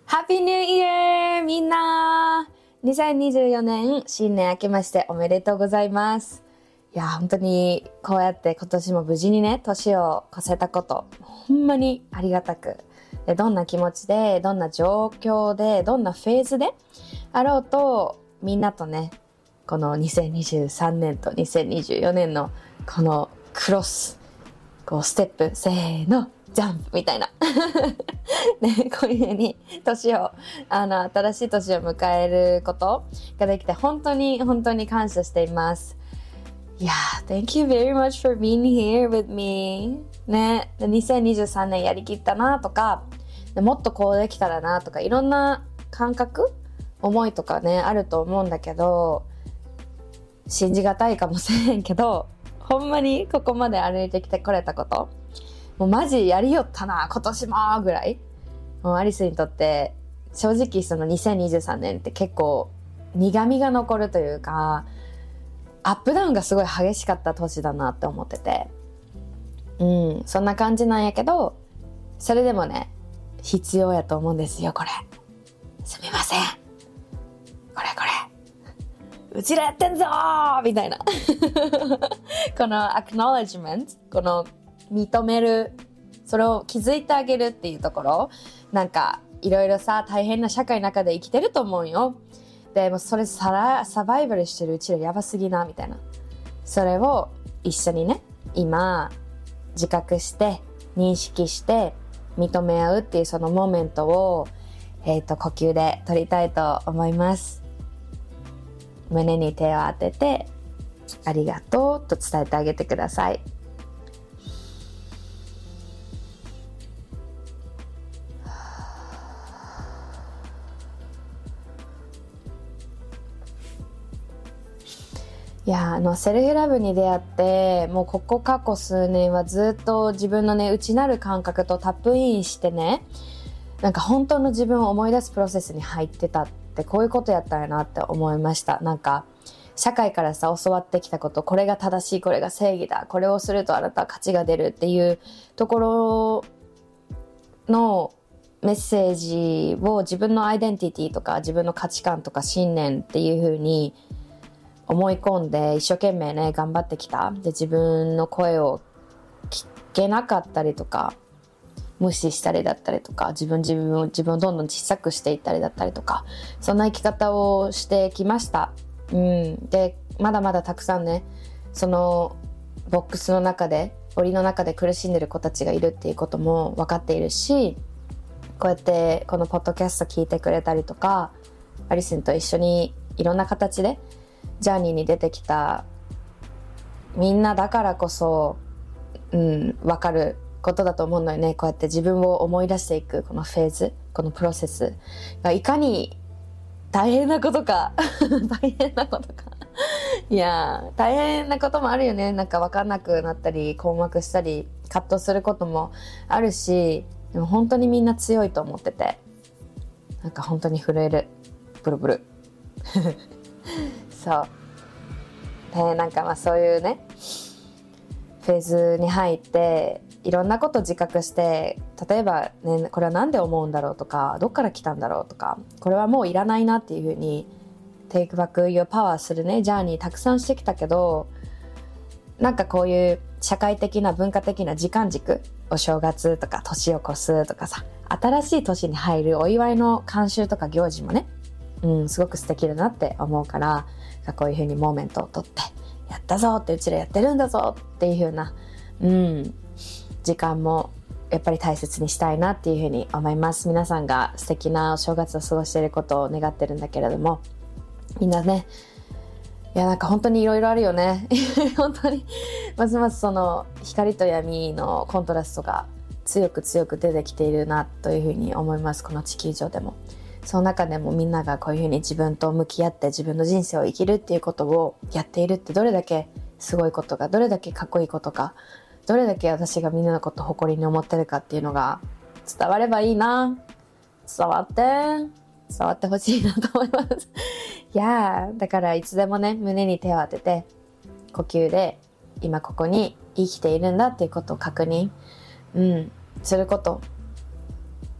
ハッピーニューイヤーみんな！2024年新年明けましておめでとうございます。いや本当にこうやって今年も無事にね年を越せたことほんまにありがたく、どんな気持ちでどんな状況でどんなフェーズであろうとみんなとねこの2023年と2024年のこのクロスこうステップせーのジャンプみたいなね、こういう風に新しい年を迎えることができて本当に本当に感謝しています。いや、Thank you very much for being here with me ね、2023年やりきったなとかもっとこうできたらなとかいろんな感覚思いとかねあると思うんだけど、信じがたいかもしれんけどほんまにここまで歩いてきてこれたこともうマジやりよったな今年もぐらい、もうアリスにとって正直その2023年って結構苦味が残るというかアップダウンがすごい激しかった年だなって思ってて、そんな感じなんやけどそれでもね必要やと思うんですよ。これすみませんこれうちらやってんぞーみたいなこのアクノレッジメント、この認める、それを気づいてあげるっていうところ、なんかいろいろさ大変な社会の中で生きてると思うよ。でもそれサバイバルしてるうちらやばすぎなみたいな、それを一緒にね今自覚して認識して認め合うっていうそのモーメントを、呼吸で取りたいと思います。胸に手を当ててありがとうと伝えてあげてください。いやセルフラブに出会ってもうここ過去数年はずっと自分のね内なる感覚とタップインしてね、なんか本当の自分を思い出すプロセスに入ってたってこういうことやったんやなって思いました。なんか社会からさ教わってきたこと、これが正しいこれが正義だこれをするとあなたは価値が出るっていうところのメッセージを自分のアイデンティティとか自分の価値観とか信念っていう風に思い込んで一生懸命ね頑張ってきた。で自分の声を聞けなかったりとか無視したりだったりとか自分をどんどん小さくしていったりだったりとか、そんな生き方をしてきました。でまだまだたくさんねそのボックスの中で檻の中で苦しんでる子たちがいるっていうことも分かっているし、こうやってこのポッドキャスト聞いてくれたりとかアリスンと一緒にいろんな形でジャーニーに出てきたみんなだからこそ、分かることだと思うのよね。こうやって自分を思い出していくこのフェーズ、このプロセスがいかに大変なことか大変なことかいや大変なこともあるよね。なんか分かんなくなったり困惑したり葛藤することもあるし、でも本当にみんな強いと思ってて、なんか本当に震えるブルブルそうでなんかそういうねフェーズに入っていろんなこと自覚して、例えば、ね、これはなんで思うんだろうとかどっから来たんだろうとかこれはもういらないなっていう風にテイクバック your power するねジャーニーたくさんしてきたけど、なんかこういう社会的な文化的な時間軸、お正月とか年を越すとかさ新しい年に入るお祝いの慣習とか行事もね、すごく素敵だなって思うから、こういう風にモーメントを取ってやったぞってうちらやってるんだぞっていう風な、時間もやっぱり大切にしたいなっていう風に思います。皆さんが素敵なお正月を過ごしていることを願ってるんだけれども、みんなねいやなんか本当にいろいろあるよね本当にますますその光と闇のコントラストが強く強く出てきているなという風に思います。この地球上でもその中でもみんながこういうふうに自分と向き合って自分の人生を生きるっていうことをやっているってどれだけすごいことか、どれだけかっこいいことか、どれだけ私がみんなのことを誇りに思ってるかっていうのが伝わればいいな。伝わってほしいなと思いますいやだからいつでもね胸に手を当てて呼吸で今ここに生きているんだっていうことを確認、すること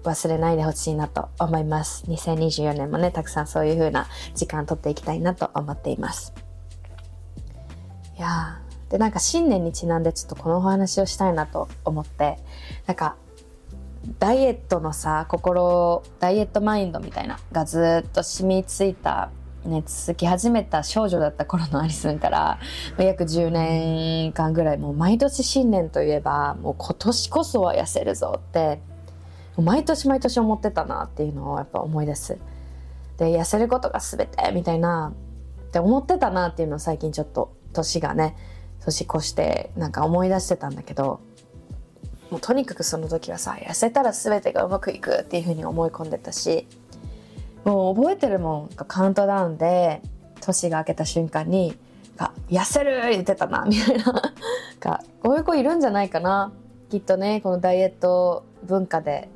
忘れないでほしいなと思います。2024年もね、たくさんそういう風な時間取っていきたいなと思っています。いやで、なんか新年にちなんでちょっとこのお話をしたいなと思って、なんかダイエットのさ、ダイエットマインドみたいながずっと染みついたね、続き始めた少女だった頃のアリスンから約10年間ぐらい、もう毎年新年といえばもう今年こそは痩せるぞって毎年毎年思ってたなっていうのをやっぱ思い出す。で、痩せることが全てみたいなって思ってたなっていうのを最近ちょっと年越してなんか思い出してたんだけど、もうとにかくその時はさ、痩せたら全てがうまくいくっていう風に思い込んでたし、もう覚えてるもん、カウントダウンで年が明けた瞬間に痩せる言ってたなみたいなこういう子いるんじゃないかな、きっとね、このダイエット文化で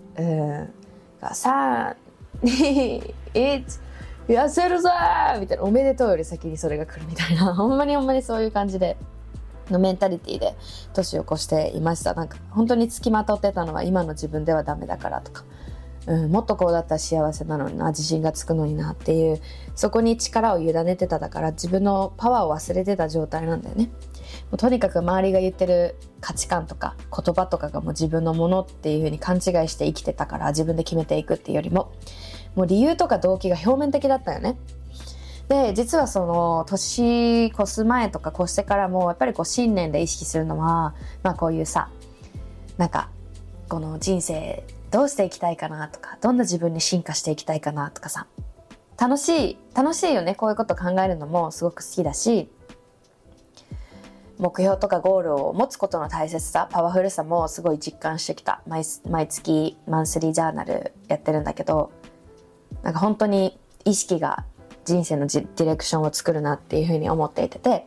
3、2、1痩せるぞみたいな、おめでとうより先にそれが来るみたいなほんまにそういう感じでのメンタリティで年を越していました。なんか本当につきまとってたのは、今の自分ではダメだからとか、もっとこうだったら幸せなのにな、自信がつくのになっていう、そこに力を委ねてた、だから自分のパワーを忘れてた状態なんだよね。もうとにかく周りが言ってる価値観とか言葉とかがもう自分のものっていう風に勘違いして生きてたから、自分で決めていくっていうよりももう理由とか動機が表面的だったよね。で、実はその年越す前とか越してからもやっぱりこう新年で意識するのは、こういうさ、なんかこの人生どうしていきたいかなとか、どんな自分に進化していきたいかなとかさ、楽しいよね。こういうこと考えるのもすごく好きだし、目標とかゴールを持つことの大切さ、パワフルさもすごい実感してきた。毎月マンスリージャーナルやってるんだけど、なんか本当に意識が人生のディレクションを作るなっていうふうに思っていて、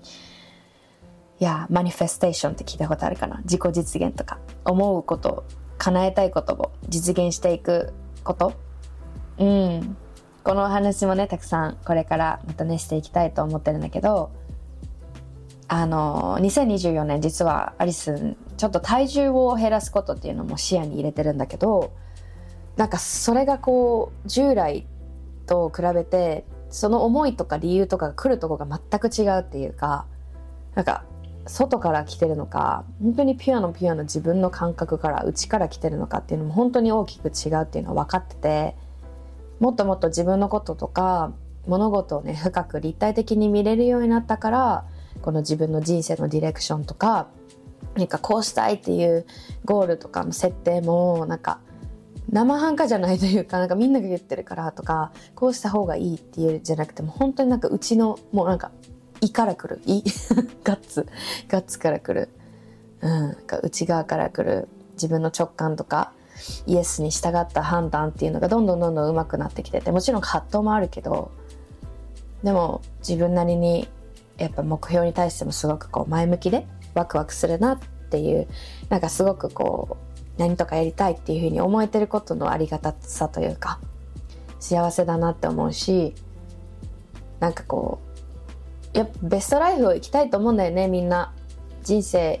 マニフェステーションって聞いたことあるかな。自己実現とか、思うこと、叶えたいことを実現していくこと。このお話もね、たくさんこれからまたねしていきたいと思ってるんだけど、2024年実はアリスちょっと体重を減らすことっていうのも視野に入れてるんだけど、なんかそれがこう従来と比べてその思いとか理由とかが来るところが全く違うっていうか、なんか外から来てるのか、本当にピュアの自分の感覚から内から来てるのかっていうのも本当に大きく違うっていうのは分かってて、もっともっと自分のこととか物事をね深く立体的に見れるようになったから、この自分の人生のディレクションとか、なんかこうしたいっていうゴールとかの設定もなんか生半可じゃないというか、なんかみんなが言ってるからとか、こうした方がいいっていうじゃなくても、本当になんかうちのもうなんか胃から来るガッツから来る、内側から来る自分の直感とかイエスに従った判断っていうのがどんどん上手くなってきてて、もちろん葛藤もあるけど、でも自分なりにやっぱ目標に対してもすごくこう前向きでワクワクするなっていう、なんかすごくこう何とかやりたいっていう風に思えてることのありがたさというか、幸せだなって思うし、なんかこうやっぱベストライフを生きたいと思うんだよね。みんな人生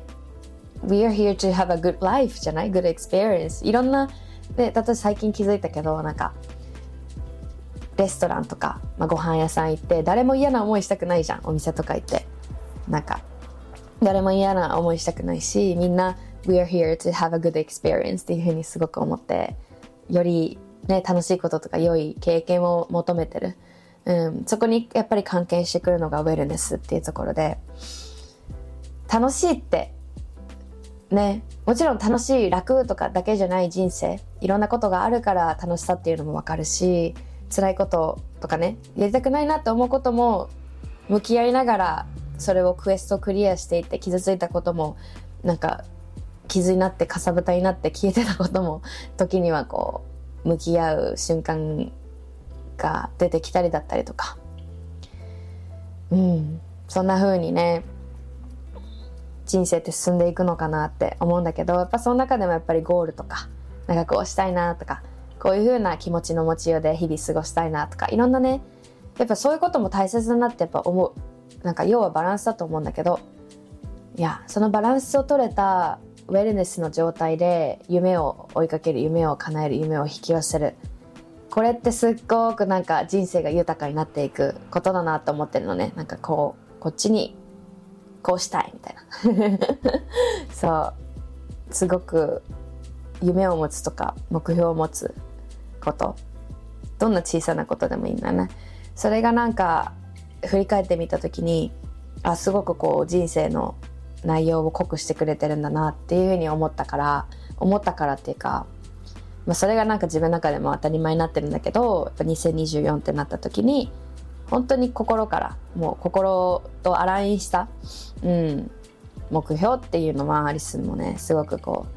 We are here to have a good life じゃない？ Good experience。 いろんなで、例えば最近気づいたけど、なんかレストランとか、ご飯屋さん行って誰も嫌な思いしたくないじゃん。お店とか行ってなんか誰も嫌な思いしたくないし、みんな We are here to have a good experience っていう風にすごく思って、よりね楽しいこととか良い経験を求めてる。そこにやっぱり関係してくるのがウェルネスっていうところで、楽しいってね、もちろん楽しい楽とかだけじゃない人生、いろんなことがあるから楽しさっていうのも分かるし、辛いこととかね、やりたくないなって思うことも向き合いながら、それをクエストクリアしていって、傷ついたこともなんか傷になってかさぶたになって消えてたことも時にはこう向き合う瞬間が出てきたりだったりとか、そんな風にね人生って進んでいくのかなって思うんだけど、やっぱその中でもやっぱりゴールとか、なんかこうしたいなとか、こういう風な気持ちの持ちようで日々過ごしたいなとか、いろんなね、やっぱそういうことも大切だなってやっぱ思う。なんか要はバランスだと思うんだけど、いやそのバランスを取れたウェルネスの状態で夢を追いかける、夢を叶える、夢を引き寄せる、これってすっごくなんか人生が豊かになっていくことだなと思ってるのね。なんかこっちにこうしたいみたいなそうすごく夢を持つとか目標を持つこと、どんな小さなことでもいいんだね。それがなんか振り返ってみた時にすごくこう人生の内容を濃くしてくれてるんだなっていうふうに思ったからっていうか、それがなんか自分の中でも当たり前になってるんだけど、やっぱ2024ってなった時に本当に心からもう心とアラインした、目標っていうのはアリスもねすごくこ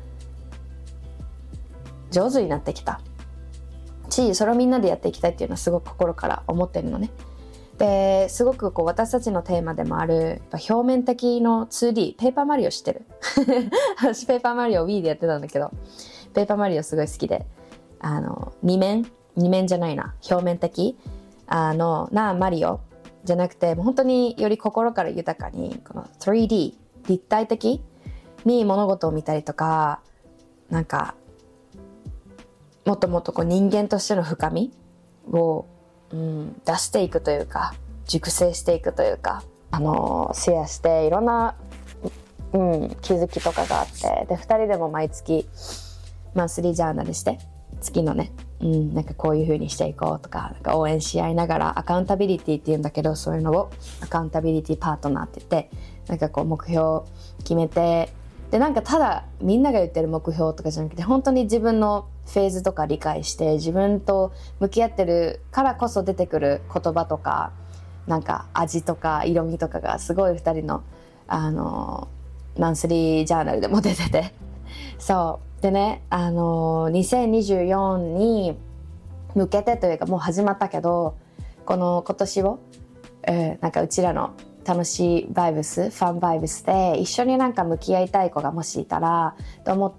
う上手になってきたし、それをみんなでやっていきたいっていうのはすごく心から思ってるのね。ですごくこう私たちのテーマでもあるやっぱ表面的の 2D ペーパーマリオ知ってる私ペーパーマリオ Wii でやってたんだけど、ペーパーマリオすごい好きで、二面じゃないな、表面的なマリオじゃなくて、もう本当により心から豊かにこの 3D 立体的に物事を見たりとか、なんかもっともっとこう人間としての深みを、出していくというか熟成していくというか、シェアしていろんな、気づきとかがあって、で2人でも毎月マンスリージャーナルして月のね、なんかこういう風にしていこうとか、なんか応援し合いながら、アカウンタビリティって言うんだけど、そういうのをアカウンタビリティパートナーって言って、なんかこう目標を決めて、でなんかただみんなが言ってる目標とかじゃなくて、本当に自分のフェーズとか理解して自分と向き合ってるからこそ出てくる言葉とか、なんか味とか色味とかがすごい2人のマンスリージャーナルでも出ててそうでね、2024に向けてというかもう始まったけど、今年を、なんかうちらの楽しいバイブス、ファンバイブスで一緒になんか向き合いたい子がもしいたらと思って、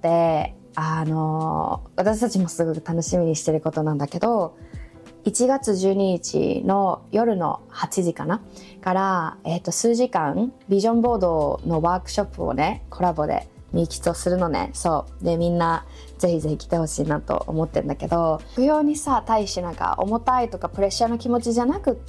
私たちもすごく楽しみにしてることなんだけど、1月12日の夜の8時かなから、数時間ビジョンボードのワークショップをねコラボでミキとするのね。そうで、みんなぜひぜひ来てほしいなと思ってるんだけど、不要にさ対してなんか重たいとかプレッシャーの気持ちじゃなくって、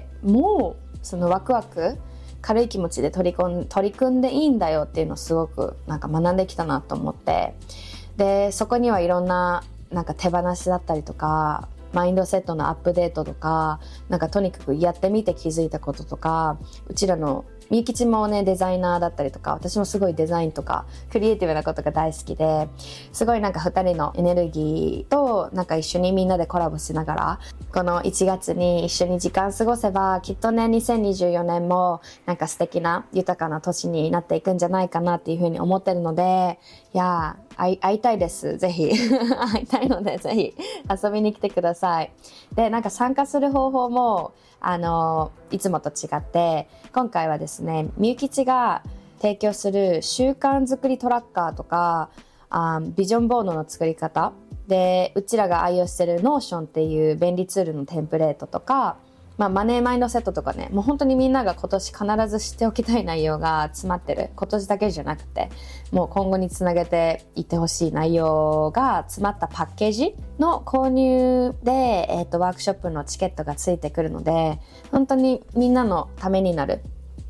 もうそのワクワク軽い気持ちで取り組んでいいんだよっていうのをすごくなんか学んできたなと思って、でそこにはいろんななんか手放しだったりとかマインドセットのアップデートとか、なんかとにかくやってみて気づいたこととか、うちらのみゆきちもねデザイナーだったりとか、私もすごいデザインとかクリエイティブなことが大好きで、すごいなんか2人のエネルギーとなんか一緒にみんなでコラボしながらこの1月に一緒に時間過ごせば、きっとね2024年もなんか素敵な豊かな年になっていくんじゃないかなっていうふうに思ってるので、いや会いたいです。ぜひ会いたいのでぜひ遊びに来てください。でなんか参加する方法もいつもと違って、今回はですねみゆきちが提供する習慣作りトラッカーとかビジョンボードの作り方で、うちらが愛用してる Notion っていう便利ツールのテンプレートとか、マネーマインドセットとかね、もう本当にみんなが今年必ず知っておきたい内容が詰まってる、今年だけじゃなくてもう今後につなげていってほしい内容が詰まったパッケージの購入で、ワークショップのチケットがついてくるので、本当にみんなのためになる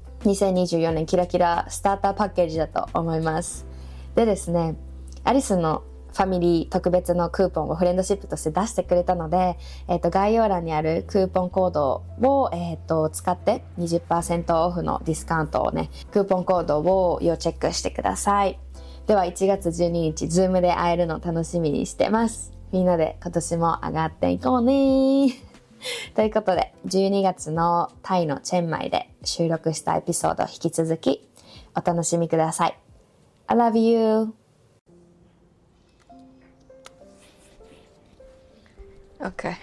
2024年キラキラスターターパッケージだと思います。でですね、アリスのファミリー特別のクーポンをフレンドシップとして出してくれたので、概要欄にあるクーポンコードを、使って 20% オフのディスカウントをね、クーポンコードを要チェックしてください。では1月12日、ズームで会えるの楽しみにしてます。みんなで今年も上がっていこうねということで、12月のタイのチェンマイで収録したエピソードを引き続きお楽しみください。I love you!Okay.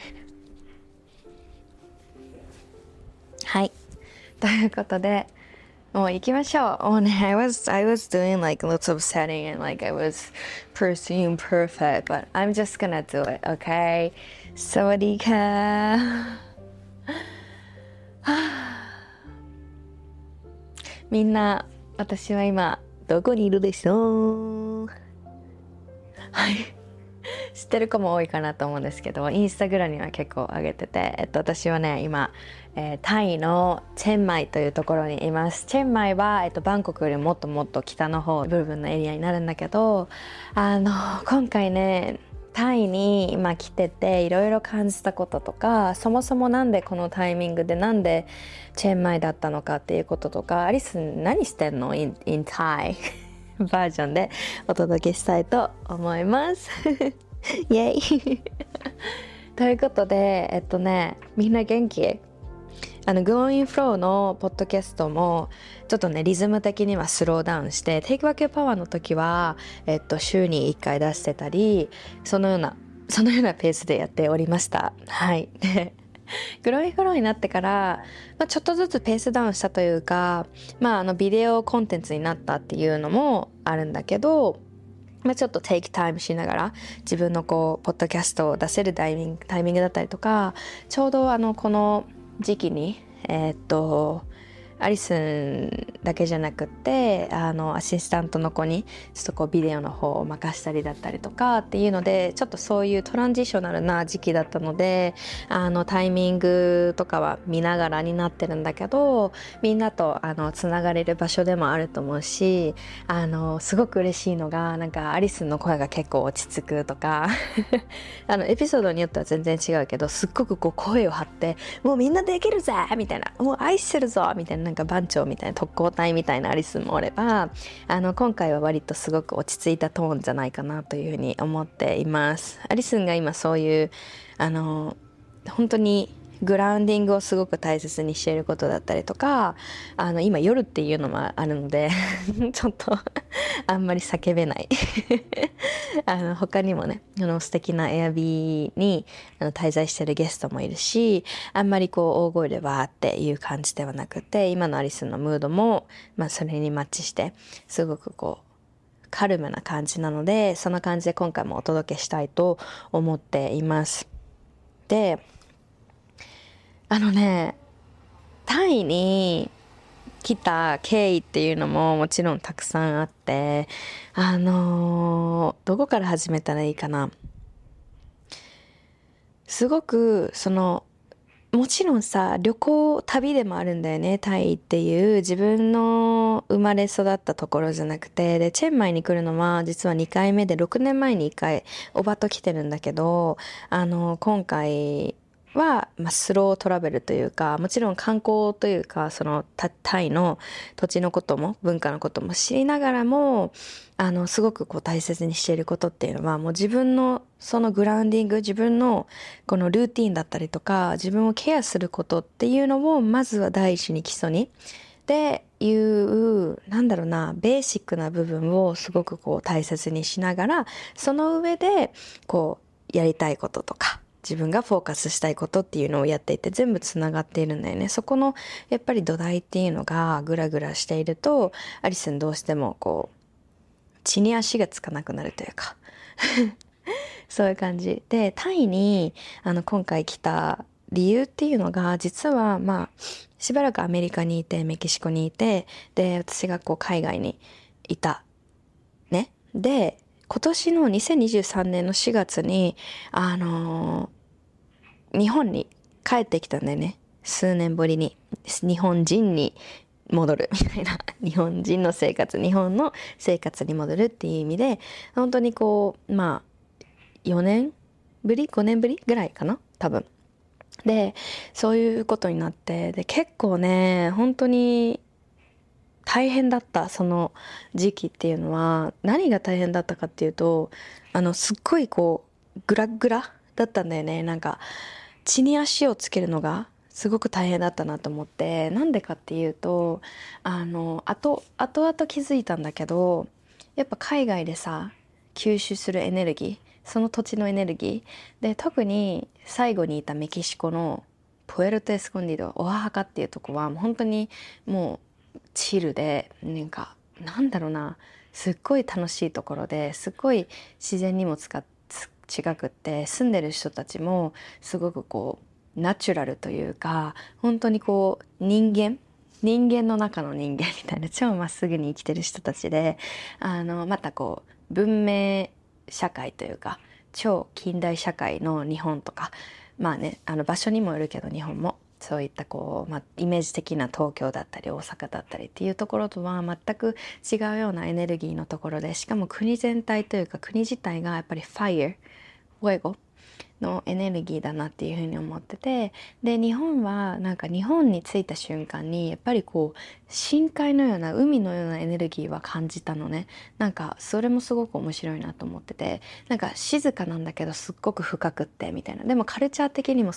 はい。ということで、もう行きましょう。もうね、I was doing like lots of setting and like I was pursuing perfect, but I'm just gonna do it, okay? サワディーカー。みんな、私は今、 どこにいるでしょう。はい。知ってる子も多いかなと思うんですけど、インスタグラムには結構上げてて、私はね今、タイのチェンマイというところにいます。チェンマイは、バンコクよりもっともっと北の方部分のエリアになるんだけど、今回ねタイに今来てていろいろ感じたこととか、そもそもなんでこのタイミングでなんでチェンマイだったのかっていうこととか、アリス何してんの in Thai バージョンでお届けしたいと思いますイエイということでみんな元気Going Flow のポッドキャストもちょっとねリズム的にはスローダウンして Take Back Your Power の時は、週に1回出してたりそのようなペースでやっておりました。はいでGoing Flow になってから、ちょっとずつペースダウンしたというか、ビデオコンテンツになったっていうのもあるんだけど、ちょっとテイクタイムしながら自分のポッドキャストを出せるタイミングだったりとか、ちょうどこの時期にアリスンだけじゃなくってアシスタントの子にちょっとビデオの方を任したりだったりとかっていうので、ちょっとそういうトランジショナルな時期だったのでタイミングとかは見ながらになってるんだけど、みんなとつながれる場所でもあると思うし、すごく嬉しいのがなんかアリスンの声が結構落ち着くとかエピソードによっては全然違うけど、すっごく声を張ってもうみんなできるぜみたいな、もう愛してるぞみたいな、なんか番長みたいな特攻隊みたいなアリスンもおれば、今回は割とすごく落ち着いたトーンじゃないかなというふうに思っています。アリスンが今そういう本当にグラウンディングをすごく大切にしていることだったりとか、今夜っていうのもあるのでちょっとあんまり叫べない他にもね素敵なエアビーに滞在してるゲストもいるし、あんまり大声でわーっていう感じではなくて、今のアリスのムードも、それにマッチしてすごくカルムな感じなので、そんな感じで今回もお届けしたいと思っています。でタイに来た経緯っていうのももちろんたくさんあって、どこから始めたらいいかな。すごくもちろんさ、旅でもあるんだよね。タイっていう自分の生まれ育ったところじゃなくて、でチェンマイに来るのは実は2回目で、6年前に1回おばと来てるんだけど、今回は、スロートラベルというか、もちろん観光というか、タイの土地のことも文化のことも知りながらも、すごく大切にしていることっていうのは、もう自分のそのグラウンディング、自分のこのルーティンだったりとか、自分をケアすることっていうのを、まずは第一に基礎に。っていう、ベーシックな部分をすごく大切にしながら、その上で、やりたいこととか、自分がフォーカスしたいことっていうのをやっていて、全部つながっているんだよね。そこのやっぱり土台っていうのがグラグラしていると、アリスンどうしても地に足がつかなくなるというかそういう感じで、タイに今回来た理由っていうのが、実はしばらくアメリカにいてメキシコにいて、で私が海外にいたね。で今年の2023年の4月に、日本に帰ってきたんだよね。数年ぶりに。日本人に戻るみたいな。日本人の生活、日本の生活に戻るっていう意味で、本当に4年ぶり ?5 年ぶりぐらいかな多分。で、そういうことになって、で、結構ね、本当に大変だった。その時期っていうのは、何が大変だったかっていうと、すっごいグラグラだったんだよね。なんか地に足をつけるのがすごく大変だったなと思って、なんでかっていうと、後々気づいたんだけど、やっぱ海外でさ吸収するエネルギー、その土地のエネルギーで、特に最後にいたメキシコのプエルトエスコンディド、オアハカっていうとこはもう本当にもうチルで、すっごい楽しいところで、すっごい自然にも近くって、住んでる人たちもすごくナチュラルというか、本当に人間人間の中の人間みたいな超まっすぐに生きてる人たちで、またこう文明社会というか超近代社会の日本とか、まあね、場所にもよるけど日本もそういったこう、イメージ的な東京だったり大阪だったりっていうところとは全く違うようなエネルギーのところで、しかも国全体というか国自体がやっぱりファイア、フエゴのエネルギーだなっていうふうに思ってて、で日本はなんか日本に着いた瞬間にやっぱりこう深海のような海のようなエネルギーは感じたのね。なんかそれもすごく面白いなと思ってて、なんか静かなんだけどすっごく深くってみたいな。でもカルチャー的にも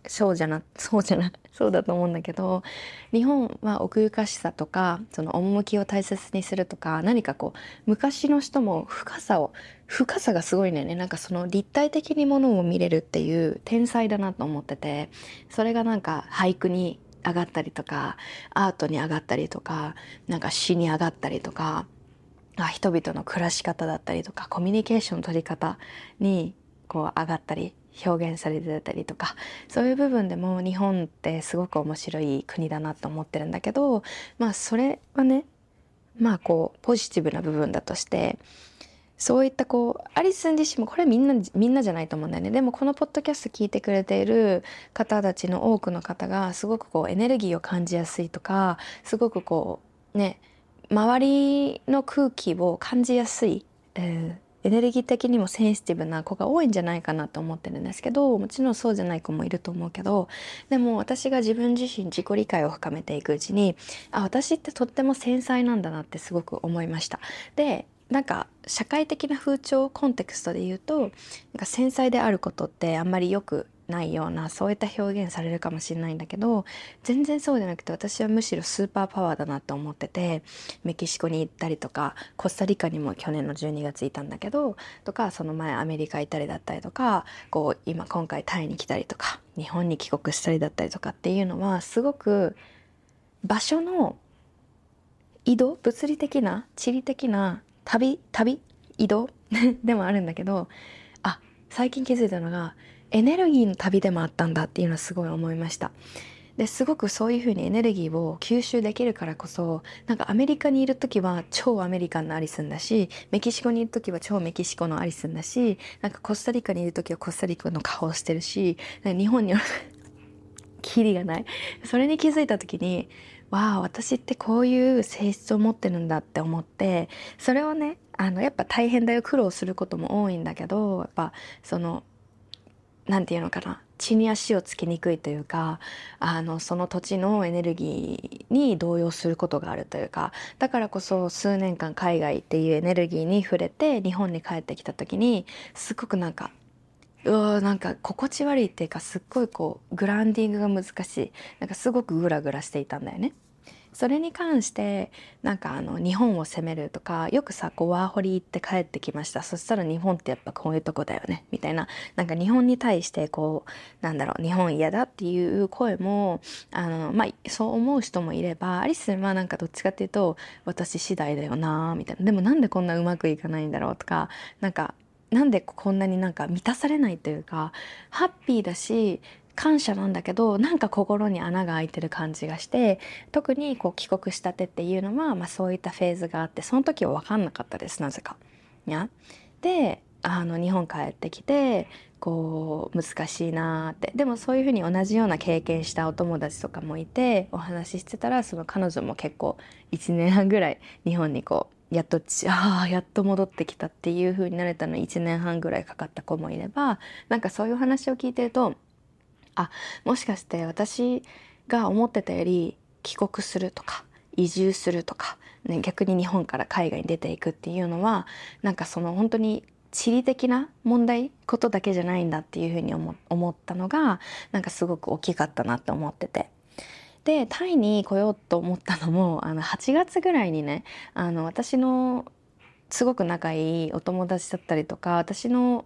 そうだと思うんだけど、日本は奥ゆかしさとかその趣を大切にするとか、何かこう昔の人も深さがすごいね。なんかその立体的にものを見れるっていう天才だなと思ってて、それがなんか俳句に上がったりとか、アートに上がったりとか、なんか詩に上がったりとか、人々の暮らし方だったりとか、コミュニケーションの取り方にこう上がったり、表現されてたりとか、そういう部分でも日本ってすごく面白い国だなと思ってるんだけど、それはね、こうポジティブな部分だとして、そういったこうアリスン自身もこれみんなじゃないと思うんだよね。でもこのポッドキャスト聞いてくれている方たちの多くの方がすごくこうエネルギーを感じやすいとか、すごくこうね、周りの空気を感じやすい、エネルギー的にもセンシティブな子が多いんじゃないかなと思ってるんですけど、もちろんそうじゃない子もいると思うけど、でも私が自分自身自己理解を深めていくうちに、私ってとっても繊細なんだなってすごく思いました。でなんか社会的な風潮コンテクストで言うと、なんか繊細であることってあんまり良くないようなそういった表現されるかもしれないんだけど、全然そうじゃなくて、私はむしろスーパーパワーだなと思ってて、メキシコに行ったりとかコスタリカにも去年の12月いたんだけどとか、その前アメリカ行ったりだったりとか、こう今回タイに来たりとか日本に帰国したりだったりとかっていうのは、すごく場所の移動、物理的な地理的な移動でもあるんだけど、最近気づいたのがエネルギーの旅でもあったんだっていうのはすごい思いました。ですごくそういう風にエネルギーを吸収できるからこそ、なんかアメリカにいる時は超アメリカンなアリスンだし、メキシコにいる時は超メキシコのアリスンだし、なんかコスタリカにいる時はコスタリカの顔をしてるし、日本にキリがない。それに気づいた時に、私ってこういう性質を持ってるんだって思って、それをね、やっぱ大変だよ、苦労することも多いんだけど、やっぱそのなんていうのかな、地に足をつきにくいというか、その土地のエネルギーに動揺することがあるというか、だからこそ数年間海外っていうエネルギーに触れて日本に帰ってきた時に、すごくなんかなんか心地悪いっていうか、すっごいこうグラウンディングが難しい、なんかすごくグラグラしていたんだよね。それに関してなんか日本を責めるとか、よくさこうワーホリ行って帰ってきました、そしたら日本ってやっぱこういうとこだよねみたいな、なんか日本に対してこうなんだろう、日本嫌だっていう声もそう思う人もいれば、アリスはなんかどっちかっていうと私次第だよなみたいな、でもなんでこんなうまくいかないんだろうとか、なんでこんなになんか満たされないというか、ハッピーだし感謝なんだけど、なんか心に穴が開いてる感じがして、特にこう帰国したてっていうのは、そういったフェーズがあって、その時は分かんなかったです、なぜか。で日本帰ってきて、こう難しいなーって、でもそういうふうに同じような経験したお友達とかもいて、お話ししてたら、その彼女も結構1年半ぐらい日本にこうやっと戻ってきたっていう風になれたの1年半ぐらいかかった子もいれば、なんかそういう話を聞いてると、もしかして私が思ってたより帰国するとか移住するとか、ね、逆に日本から海外に出ていくっていうのは、なんかその本当に地理的なことだけじゃないんだっていうふうに思ったのが、なんかすごく大きかったなって思ってて。でタイに来ようと思ったのも8月ぐらいにね、私のすごく仲いいお友達だったりとか、私の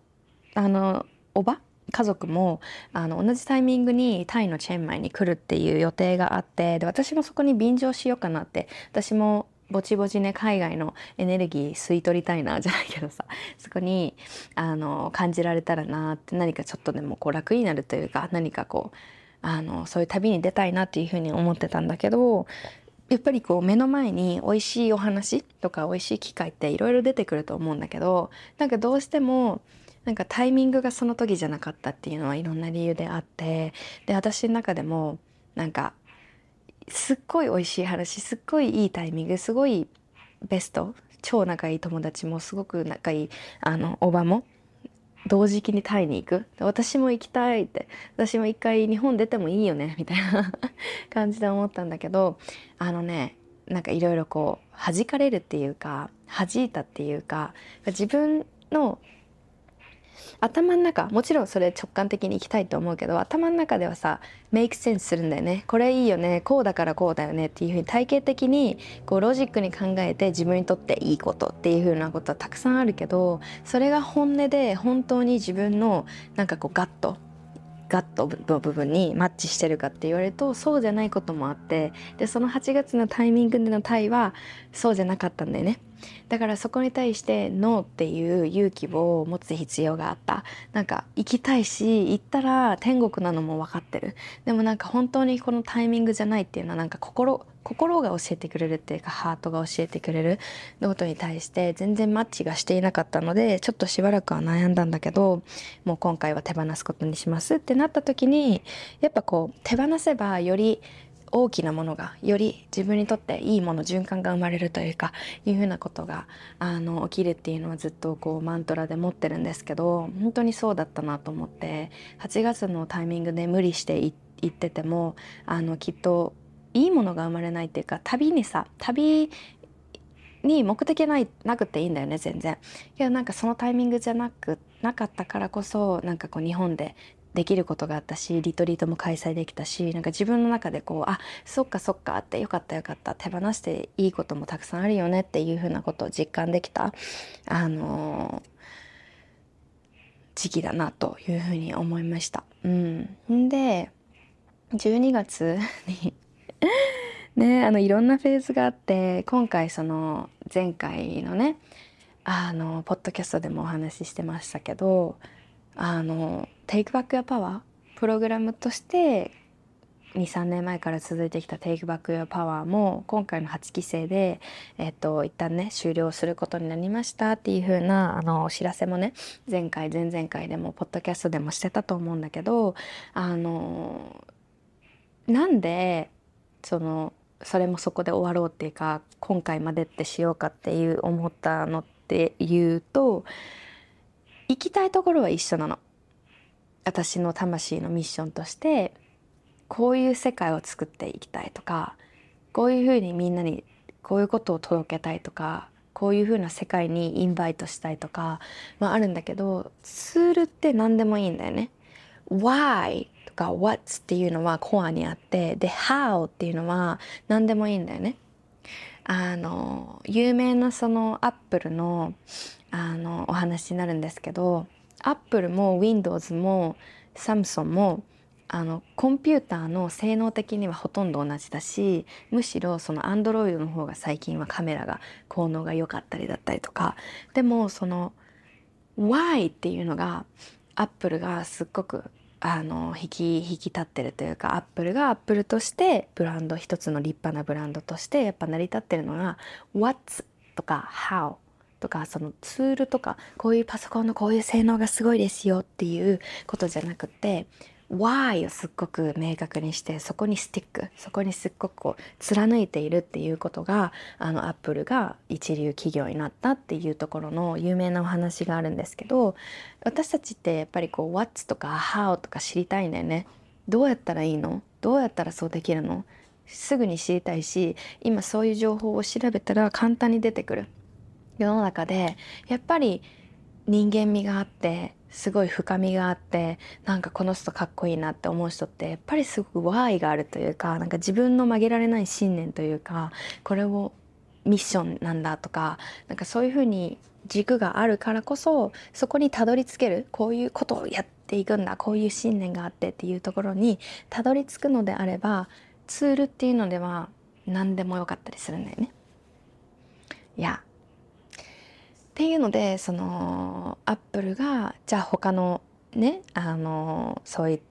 家族も同じタイミングにタイのチェンマイに来るっていう予定があって、で私もそこに便乗しようかなって、私もぼちぼちね、海外のエネルギー吸い取りたいなじゃないけどさ、そこに感じられたらなって、何かちょっとでもこう楽になるというか、何かこうそういう旅に出たいなっていうふうに思ってたんだけど、 やっぱりこう目の前に美味しいお話とか美味しい機会っていろいろ出てくると思うんだけど、なんかどうしてもなんかタイミングがその時じゃなかったっていうのはいろんな理由であって、で私の中でもなんかすっごい美味しい話、すっごいいいタイミング、すごいベスト、超仲いい友達もすごく仲いいおばも同時期にタイに行く。私も行きたいって。私も一回日本出てもいいよねみたいな感じで思ったんだけど、なんかいろいろこう弾かれるっていうか、弾いたっていうか、自分の頭の中、もちろんそれ直感的に行きたいと思うけど、頭の中ではさ、メイクセンスするんだよね。これいいよね。こうだからこうだよねっていうふうに体系的にこうロジックに考えて自分にとっていいことっていうふうなことはたくさんあるけど、それが本音で本当に自分のなんかこうガットの部分にマッチしてるかって言われるとそうじゃないこともあって、でその8月のタイミングでのタイはそうじゃなかったんだよね。だからそこに対してノーっていう勇気を持つ必要があった。なんか行きたいし、行ったら天国なのも分かってる。でもなんか本当にこのタイミングじゃないっていうのはなんか心が教えてくれるっていうか、ハートが教えてくれることに対して全然マッチがしていなかったので、ちょっとしばらくは悩んだんだけど、もう今回は手放すことにしますってなった時に、やっぱこう手放せばより大きなものが、より自分にとっていいもの、循環が生まれるというか、いうふうなことが起きるっていうのはずっとこうマントラで持ってるんですけど、本当にそうだったなと思って、8月のタイミングで無理して行っててもきっといいものが生まれないっていうか、旅に目的なくていいんだよね、全然。いや、なんかそのタイミングじゃなかったからこそ、なんかこう日本でできることがあったし、リトリートも開催できたし、なんか自分の中でこう、あ、そっかそっかって、よかったよかった、手放していいこともたくさんあるよねっていうふうなことを実感できた、時期だなというふうに思いました。んで、12月にね、いろんなフェーズがあって、今回その前回のね、ポッドキャストでもお話ししてましたけど、Take Back Your Power プログラムとして2、3年前から続いてきた Take Back Your Power も今回の8期生で、一旦ね、終了することになりましたっていう風な、お知らせもね、前々回でも、ポッドキャストでもしてたと思うんだけど、なんで、それもそこで終わろうっていうか、今回までってしようかっていう思ったのっていうと、行きたいところは一緒なの。私の魂のミッションとして、こういう世界を作っていきたいとか、こういうふうにみんなにこういうことを届けたいとか、こういうふうな世界にインバイトしたいとか、あるんだけど、ツールって何でもいいんだよね。Why とか What っていうのはコアにあって、で How っていうのは何でもいいんだよね。有名なそのアップルのお話になるんですけど、アップルも Windows もサムソンもコンピューターの性能的にはほとんど同じだし、むしろその Android の方が最近はカメラが効能が良かったりだったりとか、でもその Why っていうのがアップルがすっごく引き立ってるというか、アップルがアップルとしてブランド、一つの立派なブランドとしてやっぱ成り立ってるのが What とか How とか、そのツールとか、こういうパソコンのこういう性能がすごいですよっていうことじゃなくて、Why をすっごく明確にして、そこにスティック、そこにすっごくこう貫いているっていうことが、アップルが一流企業になったっていうところの有名なお話があるんですけど、私たちってやっぱりこう What とか How とか知りたいんだよね。どうやったらいいの？どうやったらそうできるの？すぐに知りたいし、今そういう情報を調べたら簡単に出てくる世の中で、やっぱり人間味があって、すごい深みがあって、なんかこの人かっこいいなって思う人って、やっぱりすごく Why があるというか、なんか自分の曲げられない信念というか、これをミッションなんだとか、なんかそういうふうに軸があるからこそ、そこにたどり着ける、こういうことをやっていくんだ、こういう信念があってっていうところにたどり着くのであれば、ツールっていうのでは何でもよかったりするんだよね。いや、っていうので、そのアップルがじゃあ他のね、そういった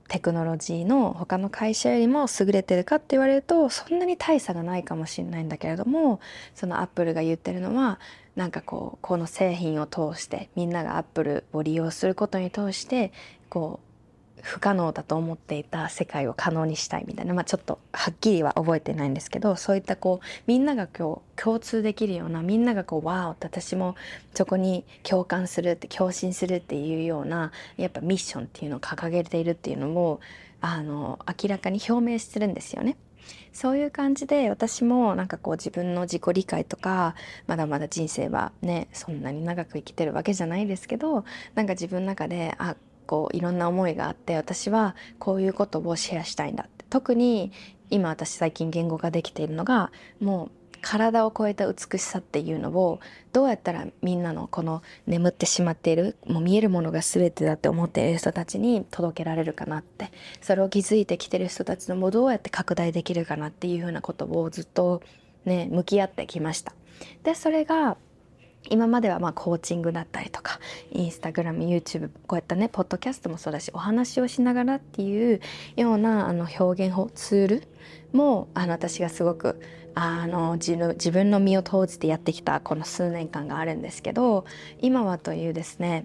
テクノロジーの他の会社よりも優れてるかって言われるとそんなに大差がないかもしれないんだけれども、そのアップルが言ってるのはなんかこの製品を通してみんながアップルを利用することに通して不可能だと思っていた世界を可能にしたいみたいな、ちょっとはっきりは覚えてないんですけど、そういったみんなが共通できるような、みんながワーって私もそこに共感するって共振するっていうようなやっぱミッションっていうのを掲げているっていうのを明らかに表明してるんですよね。そういう感じで私もなんか自分の自己理解とか、まだまだ人生はねそんなに長く生きてるわけじゃないですけど、なんか自分の中でいろんな思いがあって、私はこういうことをシェアしたいんだって。特に今私最近言語化できているのが、もう体を超えた美しさっていうのをどうやったらみんなのこの眠ってしまっている、もう見えるものが全てだって思っている人たちに届けられるかなって、それを気づいてきてる人たちのもどうやって拡大できるかなっていうふうなことをずっとね向き合ってきました。でそれが今まではコーチングだったりとかインスタグラム YouTube こうやったねポッドキャストもそうだし、お話をしながらっていうような表現法ツールも私がすごく自分の身を投じてやってきたこの数年間があるんですけど、今はというですね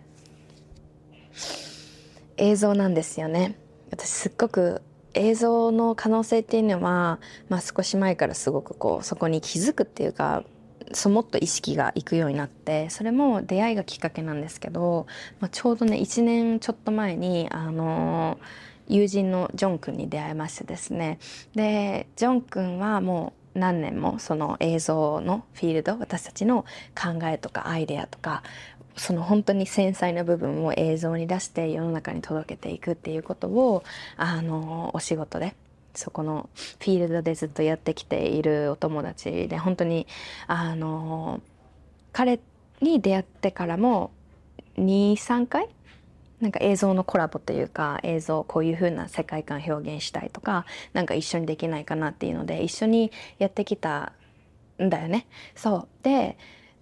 映像なんですよね。私すっごく映像の可能性っていうのは、少し前からすごくそこに気づくっていうか、もっと意識がいくようになって、それも出会いがきっかけなんですけど、ちょうどね1年ちょっと前に友人のジョン君に出会いましてですね。でジョン君はもう何年もその映像のフィールド、私たちの考えとかアイデアとかその本当に繊細な部分を映像に出して世の中に届けていくっていうことをお仕事でそこのフィールドでずっとやってきているお友達で、本当に彼に出会ってからも2、3回なんか映像のコラボというか、映像こういう風な世界観表現したいとか、なんか一緒にできないかなっていうので一緒にやってきたんだよね。そうで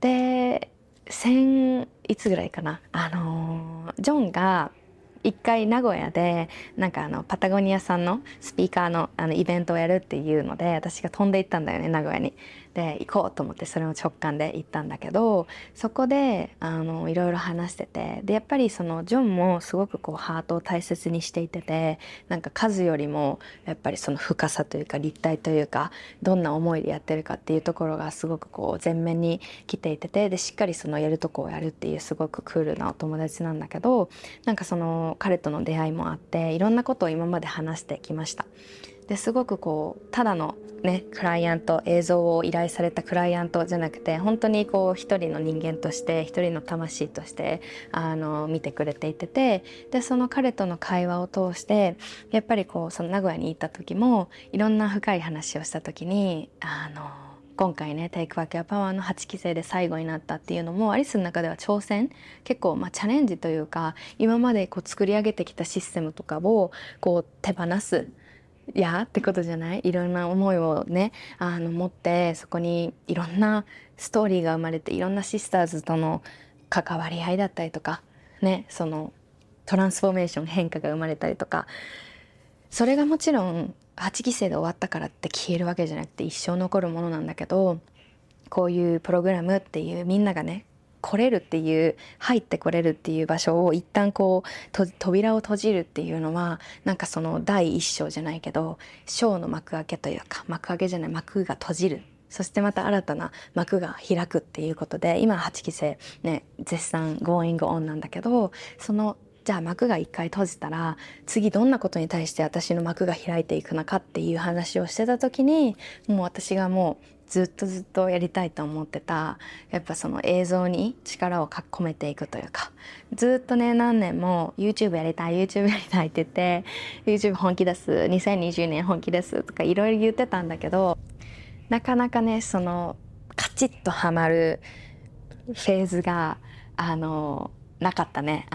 いつぐらいかな、ジョンが一回名古屋でなんかパタゴニアさんのスピーカーのイベントをやるっていうので、私が飛んで行ったんだよね、名古屋に。で行こうと思ってそれを直感で行ったんだけど、そこでいろいろ話してて、でやっぱりそのジョンもすごくハートを大切にしていて、なんか数よりもやっぱりその深さというか立体というか、どんな思いでやってるかっていうところがすごく前面に来ていて、でしっかりそのやるとこをやるっていうすごくクールなお友達なんだけど、なんかその彼との出会いもあっていろんなことを今まで話してきました。ですごくただのねクライアント、映像を依頼されたクライアントじゃなくて、本当に一人の人間として一人の魂として見てくれていて、でその彼との会話を通してやっぱりその名古屋に行った時もいろんな深い話をした時に今回ねテイクバックやパワーの8期生で最後になったっていうのもアリスの中では挑戦、結構チャレンジというか、今まで作り上げてきたシステムとかを手放すってことじゃない。いろんな思いをね持って、そこにいろんなストーリーが生まれて、いろんなシスターズとの関わり合いだったりとかね、そのトランスフォーメーション、変化が生まれたりとか、それがもちろん8期生で終わったからって消えるわけじゃなくて一生残るものなんだけど、こういうプログラムっていうみんながね来れるっていう、入ってこれるっていう場所を一旦扉を閉じるっていうのは、なんかその第一章じゃないけどショーの幕開けというか、幕開けじゃない、幕が閉じる、そしてまた新たな幕が開くっていうことで、今8期生ね絶賛 going on なんだけど、じゃあ幕が一回閉じたら次どんなことに対して私の幕が開いていくのかっていう話をしてた時に、もう私がもうずっとやりたいと思ってた、やっぱその映像に力を込めていくというか、ずっとね何年も YouTube やりたい YouTube やりたいって言って YouTube 本気出す、2020年本気ですとかいろいろ言ってたんだけど、なかなかねそのカチッとはまるフェーズがなかったね。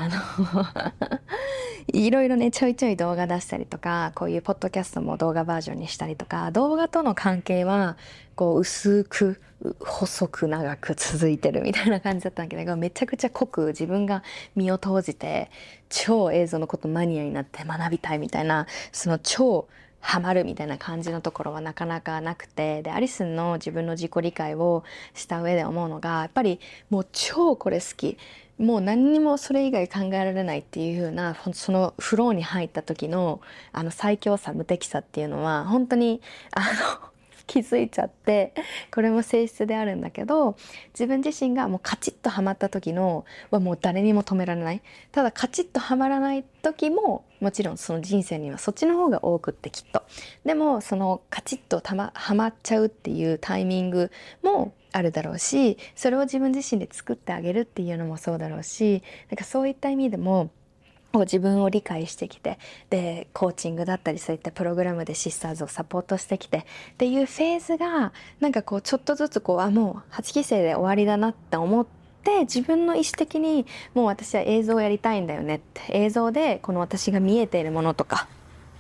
いろいろね、ちょいちょい動画出したりとか、こういうポッドキャストも動画バージョンにしたりとか、動画との関係は、こう、薄く、細く長く続いてるみたいな感じだったんだけど、めちゃくちゃ濃く自分が身を投じて、超映像のことマニアになって学びたいみたいな、その超ハマるみたいな感じのところはなかなかなくて、で、アリスの自分の自己理解をした上で思うのが、やっぱりもう超これ好き。もう何にもそれ以外考えられないっていう風な、そのフローに入った時の、最強さ、無敵さっていうのは、本当に、気づいちゃって、これも性質であるんだけど、自分自身がもうカチッとハマった時のはもう誰にも止められない。ただカチッとハマらない時も、もちろんその人生にはそっちの方が多くってきっと。でも、そのカチッとハマっちゃうっていうタイミングもあるだろうし、それを自分自身で作ってあげるっていうのもそうだろうし、なんかそういった意味でも、自分を理解してきて、で、コーチングだったりそういったプログラムでシスターズをサポートしてきてっていうフェーズが、なんかこうちょっとずつもう8期生で終わりだなって思って、自分の意思的にもう私は映像をやりたいんだよねって、映像でこの私が見えているものとか、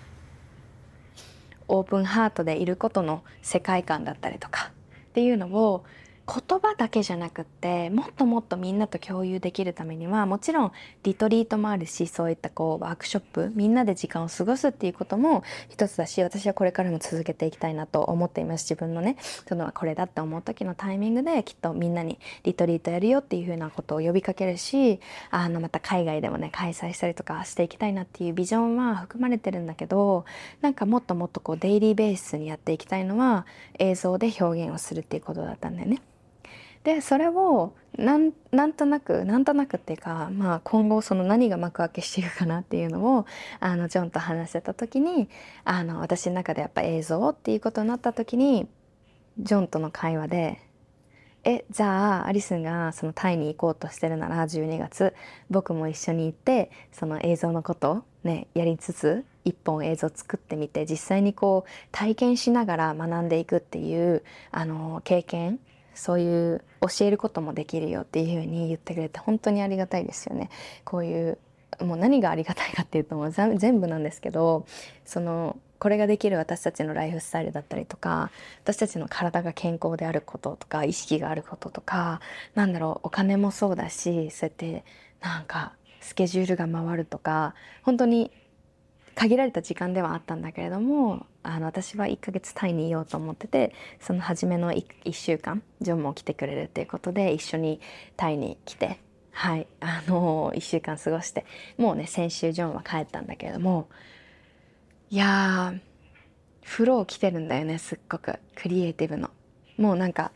オープンハートでいることの世界観だったりとかっていうのを言葉だけじゃなくってもっともっとみんなと共有できるためにはもちろんリトリートもあるし、そういったこうワークショップ、みんなで時間を過ごすっていうことも一つだし、私はこれからも続けていきたいなと思っています。自分のね、そのこれだって思う時のタイミングできっとみんなにリトリートやるよっていうふうなことを呼びかけるし、また海外でもね開催したりとかしていきたいなっていうビジョンは含まれてるんだけど、なんかもっともっとこうデイリーベースにやっていきたいのは映像で表現をするっていうことだったんだよね。で、それをなんとなくっていうか、まあ今後その何が幕開けしていくかなっていうのを、ジョンと話してた時に、私の中でやっぱ映像っていうことになった時に、ジョンとの会話で、じゃあアリスがそのタイに行こうとしてるなら12月、僕も一緒に行って、その映像のことをね、やりつつ、一本映像作ってみて、実際にこう体験しながら学んでいくっていう、経験、そういう教えることもできるよっていうふうに言ってくれて本当にありがたいですよね。こういうもう何がありがたいかっていうともう全部なんですけど、そのこれができる私たちのライフスタイルだったりとか、私たちの体が健康であることとか意識があることとか、なんだろう、お金もそうだし、そうやってなんかスケジュールが回るとか、本当に限られた時間ではあったんだけれども、私は1ヶ月タイにいようと思ってて、その初めの 1週間ジョンも来てくれるっていうことで一緒にタイに来て、はい、1週間過ごして、もうね先週ジョンは帰ったんだけれども、いやーフロー来てるんだよね、すっごくクリエイティブの。もうなんか、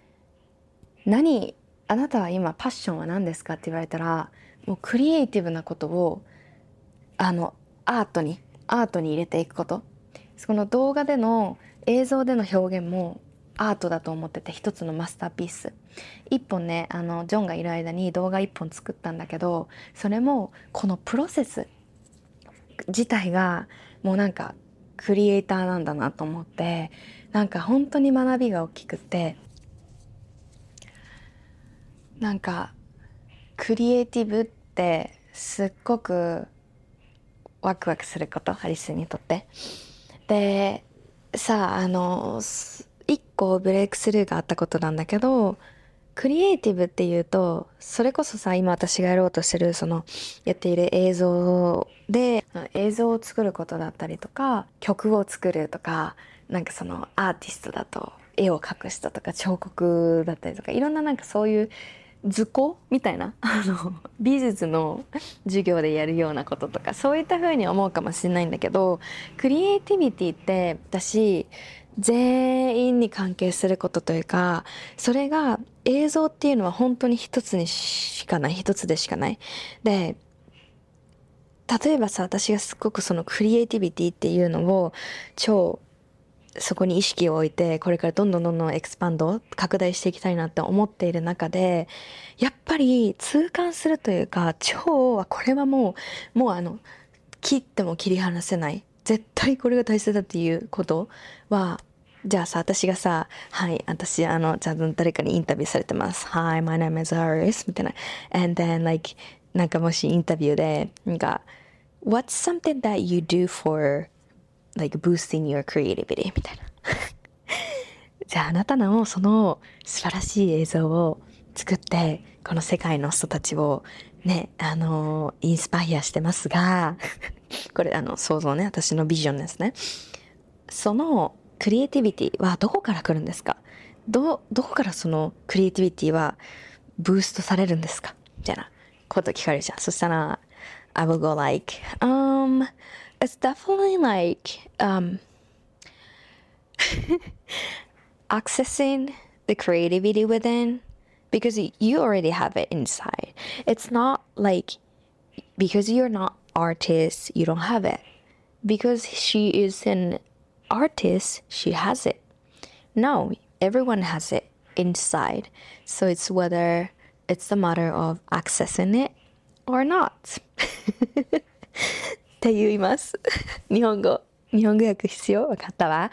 あなたは今パッションは何ですかって言われたら、もうクリエイティブなことをアートに入れていくこと。その動画での映像での表現もアートだと思ってて、一つのマスターピース。一本ね、ジョンがいる間に動画一本作ったんだけど、それもこのプロセス自体がもうなんかクリエイターなんだなと思って、なんか本当に学びが大きくて、なんかクリエイティブってすっごくワクワクすること、アリスにとって。で、さあ、一個ブレイクスルーがあったことなんだけど、クリエイティブっていうと、それこそさ、今私がやろうとしてる、やっている映像で、映像を作ることだったりとか、曲を作るとか、なんかアーティストだと、絵を描く人とか、彫刻だったりとか、いろんななんかそういう、図工みたいな美術の授業でやるようなこととか、そういった風に思うかもしれないんだけど、クリエイティビティって私全員に関係することというか、それが映像っていうのは本当に一つでしかない。で、例えばさ、私がすっごくそのクリエイティビティっていうのをそこに意識を置いて、これからどんどんエクスパンド、拡大していきたいなって思っている中で、やっぱり痛感するというか、これはもう切っても切り離せない。絶対これが大切だっていうことは、じゃあさ、私がさ、はい、私、ちゃんと誰かにインタビューされてます。Hi, my name is Aris, みたいな。And then, like, なんかもしインタビューで、なんか、What's something that you do for like boosting your creativity? みたいな。じゃああなたのその素晴らしい映像を作って、この世界の人たちをね、インスパイアしてますが、これ想像ね、私のビジョンですね。そのクリエイティビティはどこから来るんですか？どこからそのクリエイティビティはブーストされるんですか？みたいなこと聞かれるじゃん。そしたら、I will go like, it's definitely like, accessing the creativity within because you already have it inside. It's not like because you're not artist, you don't have it. Because she is an artist, she has it. No, everyone has it inside. So it's whether it's a matter of accessing it or not. って言います。日本語訳必要？わかったわ。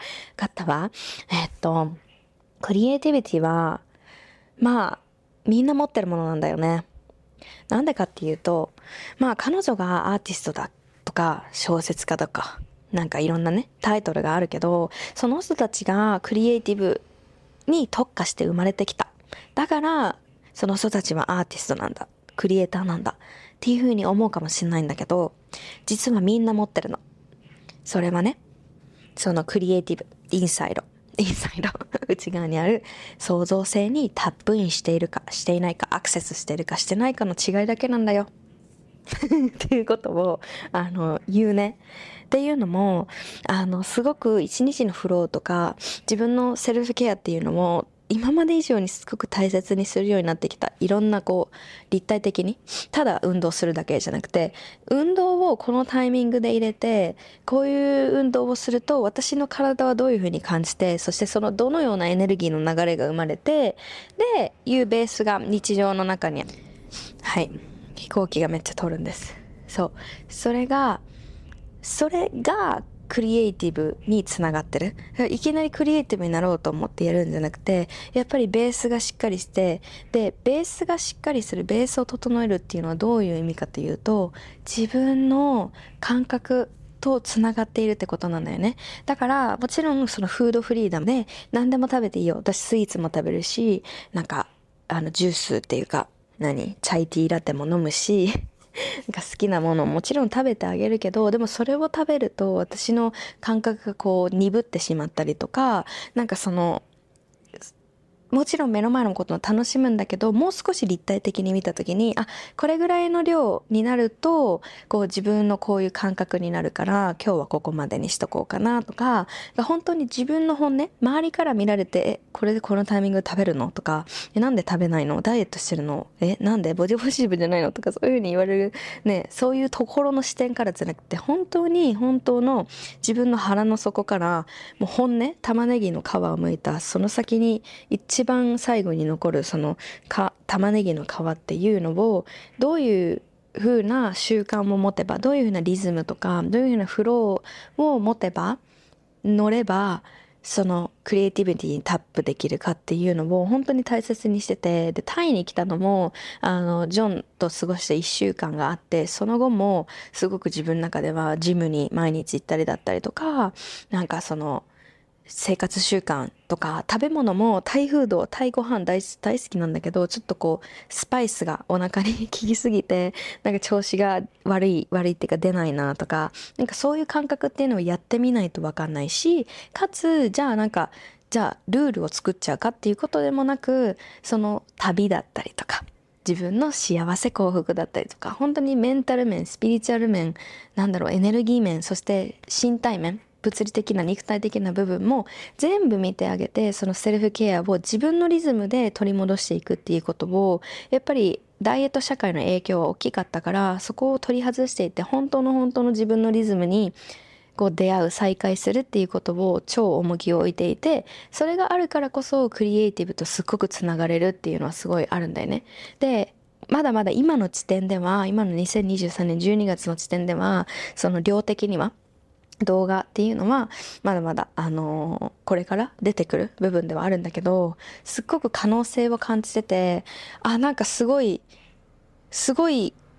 クリエイティビティは、まあ、みんな持ってるものなんだよね。なんでかっていうと、まあ彼女がアーティストだとか小説家とかなんかいろんなねタイトルがあるけど、その人たちがクリエイティブに特化して生まれてきた。だからその人たちはアーティストなんだ、クリエイターなんだっていう風に思うかもしれないんだけど、実はみんな持ってるの。それはね、そのクリエイティブ、インサイド内側にある創造性にタップインしているかしていないか、アクセスしているかしてないかの違いだけなんだよっていうことを言うね。っていうのもすごく一日のフローとか自分のセルフケアっていうのも今まで以上にすごく大切にするようになってきた。いろんな立体的にただ運動するだけじゃなくて、運動をこのタイミングで入れて、こういう運動をすると私の体はどういう風に感じて、そしてそのどのようなエネルギーの流れが生まれて、でいうベースが日常の中に、はい、飛行機がめっちゃ通るんです。そうそれがクリエイティブにつながってる。いきなりクリエイティブになろうと思ってやるんじゃなくて、やっぱりベースがしっかりして、でベースがしっかりする、ベースを整えるっていうのはどういう意味かというと、自分の感覚とつながっているってことなんだよね。だからもちろんそのフードフリーダムで何でも食べていいよ。私スイーツも食べるし、なんかジュースっていうかチャイティーラテも飲むしなんか好きなものをもちろん食べてあげるけど、でもそれを食べると私の感覚が鈍ってしまったりとか、なんかもちろん目の前のことを楽しむんだけど、もう少し立体的に見たときに、これぐらいの量になると、自分のこういう感覚になるから、今日はここまでにしとこうかなとか、本当に自分の本音、周りから見られて、これでこのタイミングで食べるのとか、なんで食べないの？ダイエットしてるの？なんでボディポジティブじゃないのとか、そういうふうに言われる、ね、そういうところの視点からじゃなくて、本当の自分の腹の底から、もう本音、玉ねぎの皮を剥いた、その先に一番最後に残る玉ねぎの皮っていうのを、どういう風な習慣を持てば、どういう風なリズムとか、どういう風なフローを持てば、乗れば、そのクリエイティビティにタップできるかっていうのを本当に大切にしてて、でタイに来たのもジョンと過ごした1週間があって、その後もすごく自分の中ではジムに毎日行ったりだったりとか、なんか生活習慣とか食べ物もタイフード、タイご飯大好きなんだけど、ちょっとスパイスがお腹に効きすぎて、なんか調子が悪いっていうか出ないなとか、なんかそういう感覚っていうのをやってみないとわかんないし、かつじゃあルールを作っちゃうかっていうことでもなく、その旅だったりとか、自分の幸せ幸福だったりとか、本当にメンタル面、スピリチュアル面、エネルギー面、そして身体面、物理的な肉体的な部分も全部見てあげて、そのセルフケアを自分のリズムで取り戻していくっていうことを、やっぱりダイエット社会の影響は大きかったから、そこを取り外していって本当の自分のリズムに出会う、再会するっていうことを超重きを置いていて、それがあるからこそクリエイティブとすっごくつながれるっていうのはすごいあるんだよね。でまだまだ今の2023年12月の時点では、その量的には動画っていうのはまだまだこれから出てくる部分ではあるんだけど、すっごく可能性を感じてて、なんかすごい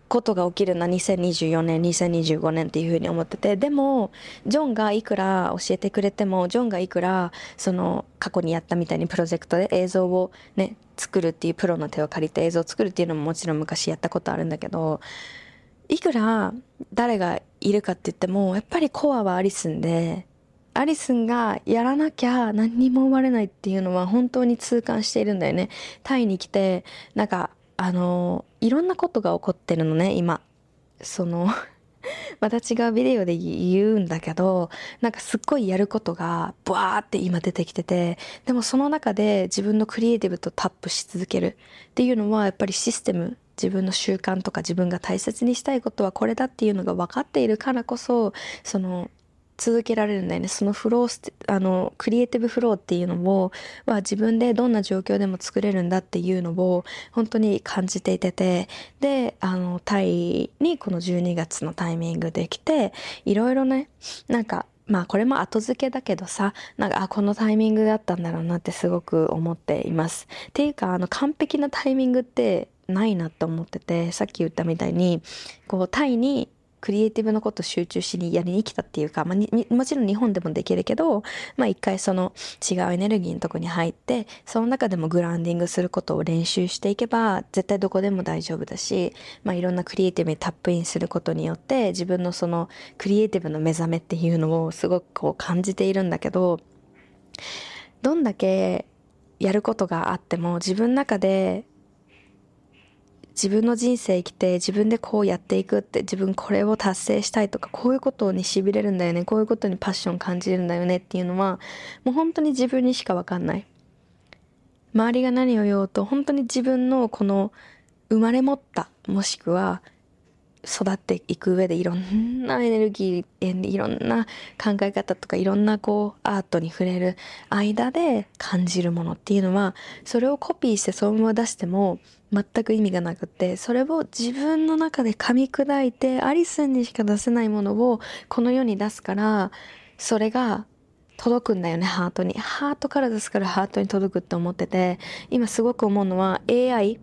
ことが起きるな2024年2025年っていうふうに思ってて、でもジョンがいくら教えてくれても、ジョンがいくらその過去にやったみたいにプロジェクトで映像をね作るっていうプロの手を借りて映像を作るっていうのももちろん昔やったことあるんだけど、いくら誰がいるかって言ってもやっぱりコアはアリスンで、アリスンがやらなきゃ何にも生まれないっていうのは本当に痛感しているんだよね。タイに来てなんかいろんなことが起こってるのね今。そのまた違うビデオで言うんだけど、なんかすっごいやることがブワーって今出てきてて、でもその中で自分のクリエイティブとタップし続けるっていうのはやっぱりシステム、自分の習慣とか自分が大切にしたいことはこれだっていうのが分かっているからこそ、その続けられるんだよね。そのフロークリエイティブフローっていうのを自分でどんな状況でも作れるんだっていうのを本当に感じていて、でタイにこの12月のタイミングで来て、いろいろね、なんかこれも後付けだけどさ、なんかこのタイミングだったんだろうなってすごく思っています。っていうか完璧なタイミングってないなと思ってて、さっき言ったみたいにこうタイにクリエイティブのことを集中しにやりに来たっていうか、もちろん日本でもできるけど、一回その違うエネルギーのとこに入って、その中でもグラウンディングすることを練習していけば絶対どこでも大丈夫だし、いろんなクリエイティブにタップインすることによって自分のそのクリエイティブの目覚めっていうのをすごくこう感じているんだけど、どんだけやることがあっても自分の中で自分の人生生きて自分でこうやっていくって、自分これを達成したいとか、こういうことに痺れるんだよね、こういうことにパッション感じるんだよねっていうのはもう本当に自分にしか分かんない。周りが何を言おうと本当に自分のこの生まれ持った、もしくは育っていく上でいろんなエネルギー、いろんな考え方とかいろんなこうアートに触れる間で感じるものっていうのは、それをコピーしてそのまま出しても全く意味がなくって、それを自分の中で噛み砕いてアリスンにしか出せないものをこの世に出すから、それが届くんだよね、ハートに。ハートから出すからハートに届くって思ってて、今すごく思うのは AI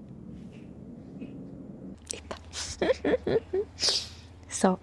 そう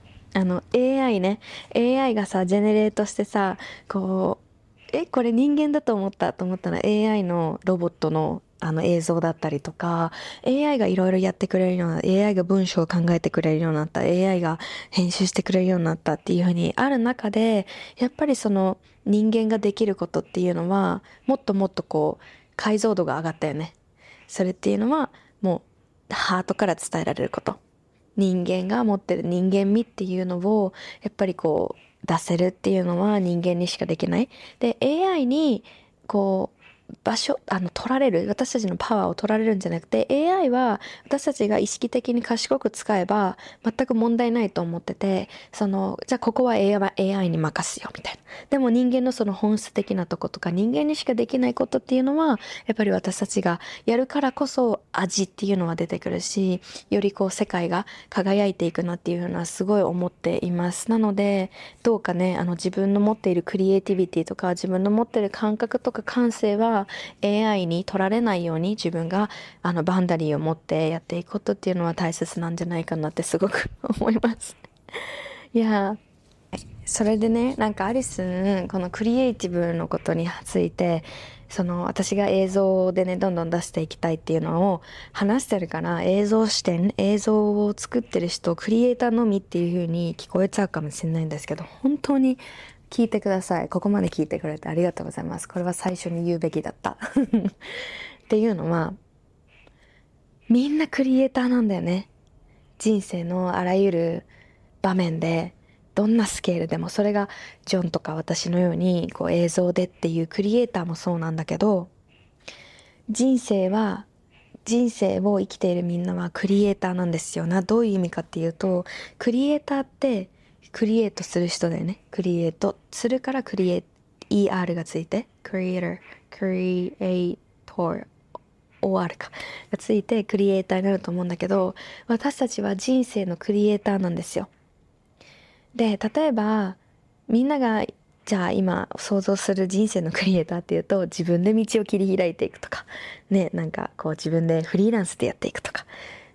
AI ね、 AI がさジェネレートしてさ、こうこれ人間だと思ったと思ったら AI のロボットの映像だったりとか、 AI がいろいろやってくれるような、 AI が文章を考えてくれるようになった、 AI が編集してくれるようになったっていう風にある中で、やっぱりその人間ができることっていうのはもっともっとこう解像度が上がったよね。それっていうのはもうハートから伝えられること、人間が持ってる人間味っていうのをやっぱりこう出せるっていうのは人間にしかできない。で AI にこう取られる、私たちのパワーを取られるんじゃなくて、 AI は私たちが意識的に賢く使えば全く問題ないと思ってて、じゃあここは AI に任すよみたいな。でも人間のその本質的なとことか人間にしかできないことっていうのはやっぱり私たちがやるからこそ味っていうのは出てくるし、よりこう世界が輝いていくなっていうのはすごい思っています。なのでどうかね、自分の持っているクリエイティビティとか自分の持っている感覚とか感性はAI に取られないように自分がバンダリーを持ってやっていくことっていうのは大切なんじゃないかなってすごく思いますいやそれでね、なんかアリスンこのクリエイティブのことについて私が映像でねどんどん出していきたいっていうのを話してるから、映像視点、映像を作ってる人、クリエイターのみっていう風に聞こえちゃうかもしれないんですけど、本当に聞いてください。ここまで聞いてくれてありがとうございます。これは最初に言うべきだったっていうのは、みんなクリエイターなんだよね。人生のあらゆる場面でどんなスケールでも、それがジョンとか私のようにこう映像でっていうクリエイターもそうなんだけど、人生を生きているみんなはクリエイターなんですよな。どういう意味かっていうと、クリエイターってクリエイトする人だよね。クリエイトするからER がついて、クリエイトー、OR かがついてクリエイターになると思うんだけど、私たちは人生のクリエイターなんですよ。で、例えばみんながじゃあ今想像する人生のクリエイターっていうと、自分で道を切り開いていくとかね、なんかこう自分でフリーランスでやっていくとか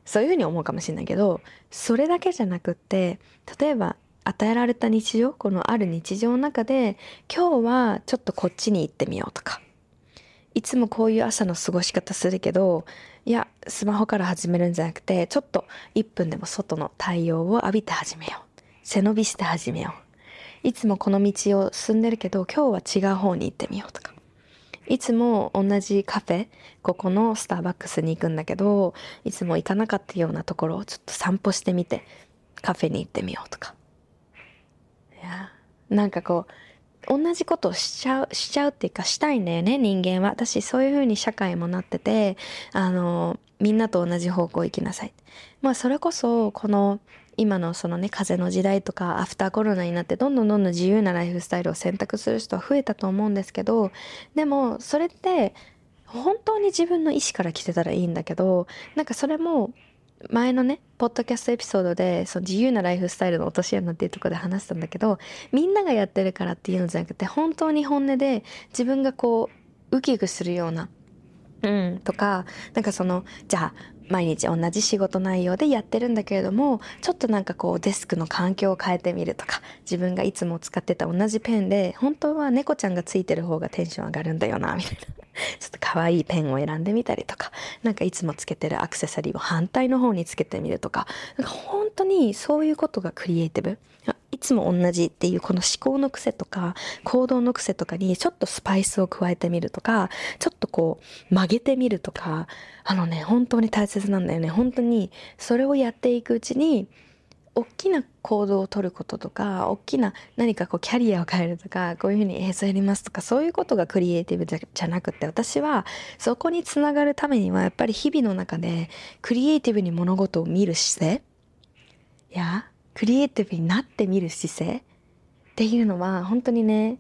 そういうふうに思うかもしれないけど、それだけじゃなくって、例えば与えられた日常、このある日常の中で、今日はちょっとこっちに行ってみようとか、いつもこういう朝の過ごし方するけど、いや、スマホから始めるんじゃなくて、ちょっと1分でも外の太陽を浴びて始めよう。背伸びして始めよう。いつもこの道を進んでるけど、今日は違う方に行ってみようとか。いつも同じカフェ、ここのスターバックスに行くんだけど、いつも行かなかったようなところをちょっと散歩してみて、カフェに行ってみようとか。いや、なんかこう、同じことをしちゃうっていうか、したいんだよね、人間は。私、そういう風に社会もなってて、みんなと同じ方向行きなさい。まあ、それこそ、この、今のそのね、風の時代とか、アフターコロナになって、どんどん自由なライフスタイルを選択する人は増えたと思うんですけど、でも、それって、本当に自分の意思から来てたらいいんだけど、なんかそれも、前のね、ポッドキャストエピソードで、その自由なライフスタイルの落とし穴っていうところで話したんだけど、みんながやってるからっていうのじゃなくて、本当に本音で自分がこう、ウキウキするような、とか、なんかその、じゃあ、毎日同じ仕事内容でやってるんだけれども、ちょっとなんかこうデスクの環境を変えてみるとか、自分がいつも使ってた同じペンで、本当は猫ちゃんがついてる方がテンション上がるんだよな、みたいな。ちょっと可愛いペンを選んでみたりとか、なんかいつもつけてるアクセサリーを反対の方につけてみるとか、なんか本当にそういうことがクリエイティブ。いつも同じっていうこの思考の癖とか行動の癖とかにちょっとスパイスを加えてみるとか、ちょっとこう曲げてみるとか、本当に大切なんだよね。本当にそれをやっていくうちに、大きな行動を取ることとか、大きな何かこうキャリアを変えるとか、こういうふうに映像やりますとか、そういうことがクリエイティブじゃなくて、私はそこにつながるためにはやっぱり日々の中でクリエイティブに物事を見る姿勢、クリエイティブになってみる姿勢っていうのは本当にね、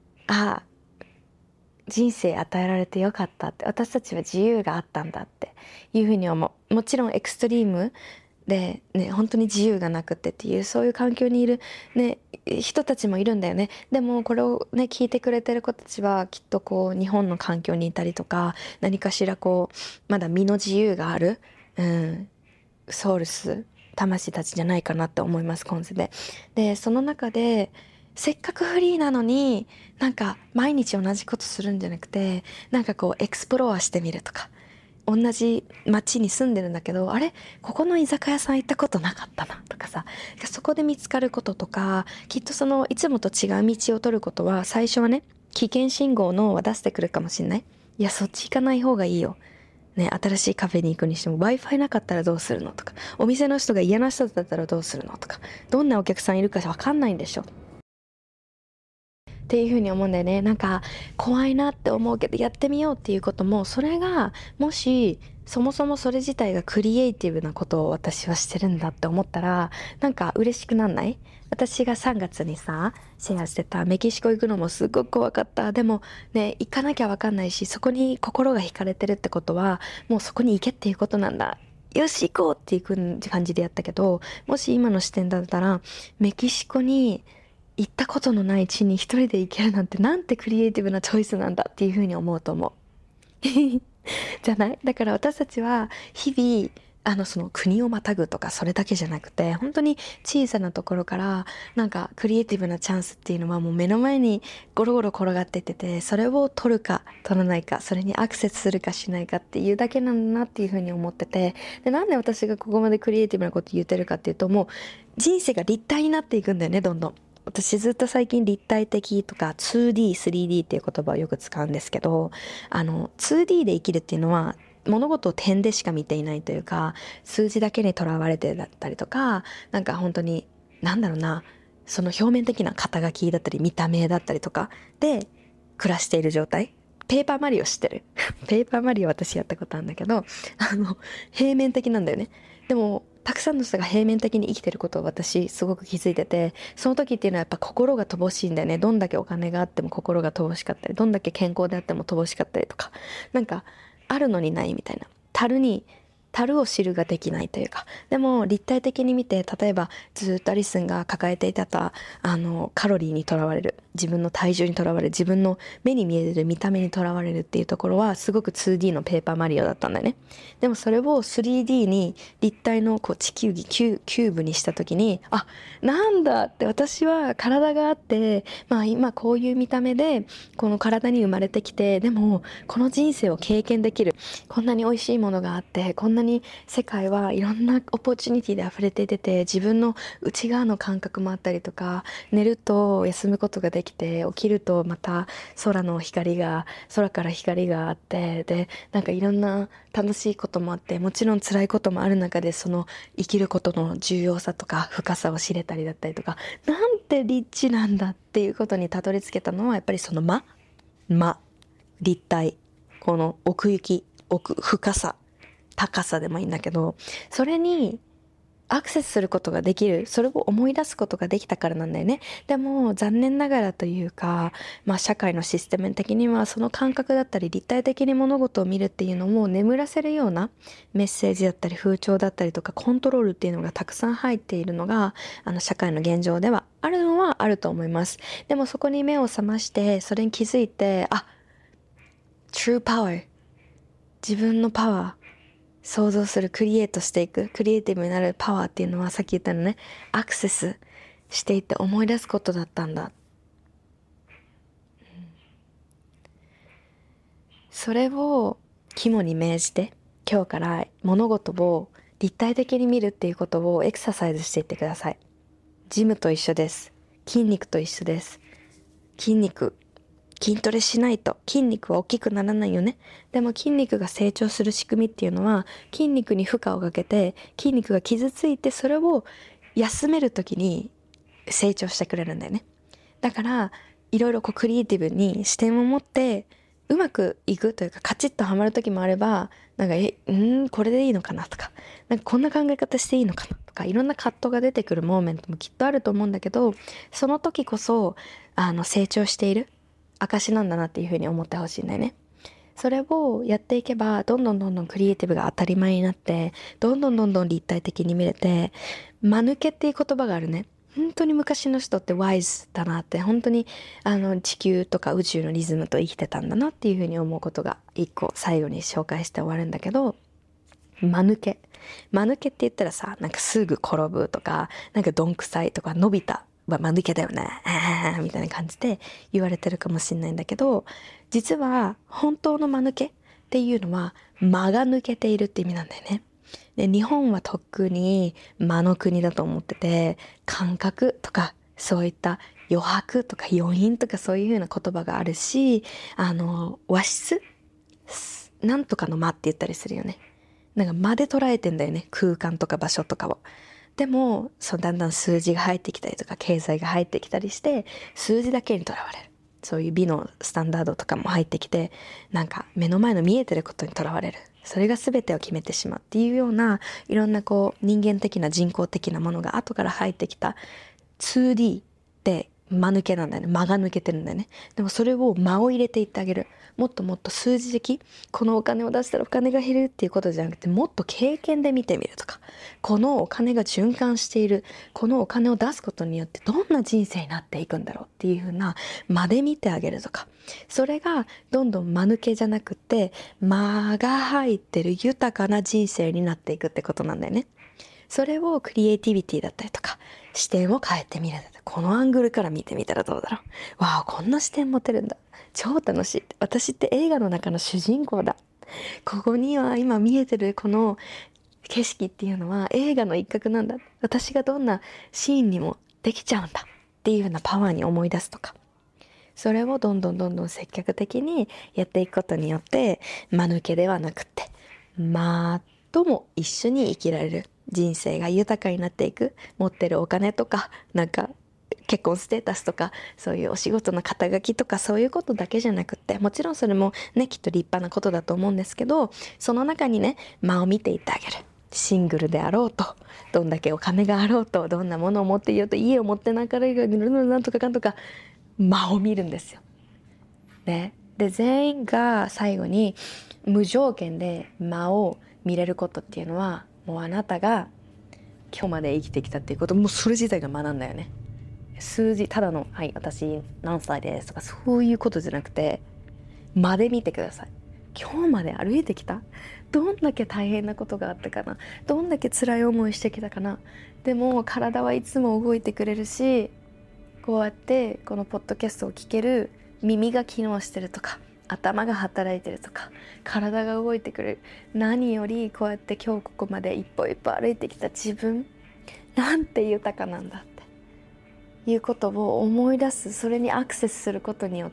人生与えられてよかったって、私たちは自由があったんだっていうふうに思う。もちろんエクストリームでね、本当に自由がなくてっていう、そういう環境にいるね、人たちもいるんだよね。でもこれをね、聞いてくれてる子たちはきっとこう、日本の環境にいたりとか、何かしらこう、まだ身の自由がある、ソウルス、魂たちじゃないかなって思います、今世で。で、その中で、せっかくフリーなのに、なんか毎日同じことするんじゃなくて、なんかこうエクスプロアしてみるとか、同じ町に住んでるんだけど、あれここの居酒屋さん行ったことなかったなとかさ、そこで見つかることとか、きっとそのいつもと違う道を取ることは、最初はね、危険信号のは出してくるかもしんない。いや、そっち行かない方がいいよ。ね、新しいカフェに行くにしても Wi-Fi なかったらどうするのとか、お店の人が嫌な人だったらどうするのとか、どんなお客さんいるかわかんないんでしょっていうふうに思うんだよね。なんか怖いなって思うけどやってみようっていうことも、それがもしそもそもそれ自体がクリエイティブなことを私はしてるんだって思ったら、なんか嬉しくなんない？私が3月にさ、シェアしてたメキシコ行くのもすごく怖かった。でもね、行かなきゃわかんないし、そこに心が惹かれてるってことは、もうそこに行けっていうことなんだ。よし行こうっていう感じでやったけど、もし今の視点だったら、メキシコに行ったことのない地に一人で行けるなんて、なんてクリエイティブなチョイスなんだっていうふうに思うと思う。じゃない？だから私たちは日々、その国をまたぐとかそれだけじゃなくて、本当に小さなところから、なんかクリエイティブなチャンスっていうのはもう目の前にゴロゴロ転がっていってて、それを取るか取らないか、それにアクセスするかしないかっていうだけなんだなっていうふうに思ってて、で、なんで私がここまでクリエイティブなこと言ってるかっていうと、もう人生が立体になっていくんだよね、どんどん。私ずっと最近立体的とか 2D、3D っていう言葉をよく使うんですけど、2D で生きるっていうのは物事を点でしか見ていないというか、数字だけにとらわれてだったりとか、なんか本当に、なんだろうな、その表面的な肩書きだったり見た目だったりとかで暮らしている状態。ペーパーマリオ知ってる？ペーパーマリオ私やったことあるんだけど、平面的なんだよね。でも、たくさんの人が平面的に生きてることを私すごく気づいてて、その時っていうのはやっぱ心が乏しいんだよね。どんだけお金があっても心が乏しかったり、どんだけ健康であっても乏しかったりとか、なんかあるのにないみたいな。樽に樽を知るができないというか、でも立体的に見て、例えばずっとアリスンが抱えていたカロリーにとらわれる、自分の体重にとらわれる、自分の目に見える見た目にとらわれるっていうところはすごく 2D のペーパーマリオだったんだよね。でもそれを 3D に立体のこう地球儀キューブにした時に、あ、なんだって、私は体があって、まあ今こういう見た目でこの体に生まれてきて、でもこの人生を経験できる、こんなに美味しいものがあって、こんなに世界はいろんなオポチュニティで溢れていて、自分の内側の感覚もあったりとか、寝ると休むことができて、起きるとまた空から光があって、でなんかいろんな楽しいこともあって、もちろん辛いこともある中で、その生きることの重要さとか深さを知れたりだったりとか、なんてリッチなんだっていうことにたどり着けたのは、やっぱりその立体、この奥行き、深さ、高さでもいいんだけど、それにアクセスすることができる、それを思い出すことができたからなんだよね。でも残念ながらというか、まあ社会のシステム的にはその感覚だったり立体的に物事を見るっていうのも眠らせるようなメッセージだったり風潮だったりとかコントロールっていうのがたくさん入っているのが社会の現状ではあるのはあると思います。でもそこに目を覚ましてそれに気づいて、True Power、 自分のパワー、想像する、クリエイトしていく、クリエイティブになるパワーっていうのは、さっき言ったのね、アクセスしていって思い出すことだったんだ。それを肝に銘じて、今日から物事を立体的に見るっていうことをエクササイズしていってください。ジムと一緒です。筋肉と一緒です。筋トレしないと筋肉は大きくならないよね。でも筋肉が成長する仕組みっていうのは、筋肉に負荷をかけて筋肉が傷ついて、それを休めるときに成長してくれるんだよね。だからいろいろクリエイティブに視点を持ってうまくいくというか、カチッとはまる時もあれば、なんかこれでいいのかなとか、なんかこんな考え方していいのかなとか、いろんな葛藤が出てくるモーメントもきっとあると思うんだけど、その時こそ成長している証なんだなっていうふうに思ってほしいんだよね。それをやっていけば、どんどんクリエイティブが当たり前になって、どんどん立体的に見れて、間抜けっていう言葉があるね。本当に昔の人ってワイズだなって、本当に地球とか宇宙のリズムと生きてたんだなっていうふうに思うことが一個最後に紹介して終わるんだけど、間抜けって言ったらさ、なんかすぐ転ぶとか、なんかどんくさいとか、伸びた間抜けだよねみたいな感じで言われてるかもしれないんだけど、実は本当の間抜けっていうのは間が抜けているって意味なんだよね。で、日本は特に間の国だと思ってて、感覚とかそういった余白とか余韻とかそういう風な言葉があるし、和室なんとかの間って言ったりするよね。なんか間で捉えてんだよね、空間とか場所とかを。でもだんだん数字が入ってきたりとか経済が入ってきたりして、数字だけにとらわれる、そういう美のスタンダードとかも入ってきて、なんか目の前の見えてることにとらわれる、それが全てを決めてしまうっていうような、いろんな人間的な人工的なものが後から入ってきた 2D って間抜けなんだよね。間が抜けてるんだよね。でもそれを間を入れていってあげる。もっともっと数字的、このお金を出したらお金が減るっていうことじゃなくて、もっと経験で見てみるとか、このお金が循環している、このお金を出すことによってどんな人生になっていくんだろうっていう風な間で見てあげるとか、それがどんどん間抜けじゃなくて間が入ってる豊かな人生になっていくってことなんだよね。それをクリエイティビティだったりとか視点を変えてみる。このアングルから見てみたらどうだろう。わあ、こんな視点持てるんだ。超楽しい。私って映画の中の主人公だ。ここには今見えてるこの景色っていうのは映画の一角なんだ。私がどんなシーンにもできちゃうんだっていうようなパワーに思い出すとか。それをどんどん積極的にやっていくことによって、間抜けではなくて、間とも一緒に生きられる人生が豊かになっていく。持ってるお金とか、なんか結婚ステータスとか、そういうお仕事の肩書きとか、そういうことだけじゃなくって、もちろんそれもね、きっと立派なことだと思うんですけど、その中にね、間を見ていってあげる。シングルであろうと、どんだけお金があろうと、どんなものを持っていようと、家を持ってなかろうが、なんとかかんとか、間を見るんですよ。で、全員が最後に無条件で間を見れることっていうのは、もうあなたが今日まで生きてきたっていうこと、もうそれ自体が学んだよね。数字、ただのはい私何歳ですとかそういうことじゃなくて、まで見てください。今日まで歩いてきた、どんだけ大変なことがあったかな、どんだけ辛い思いしてきたかな。でも体はいつも動いてくれるし、こうやってこのポッドキャストを聞ける耳が機能してるとか、頭が働いてるとか、体が動いてくれる。何よりこうやって今日ここまで一歩一歩歩いてきた自分、なんて豊かなんだっていうことを思い出す。それにアクセスすることによって、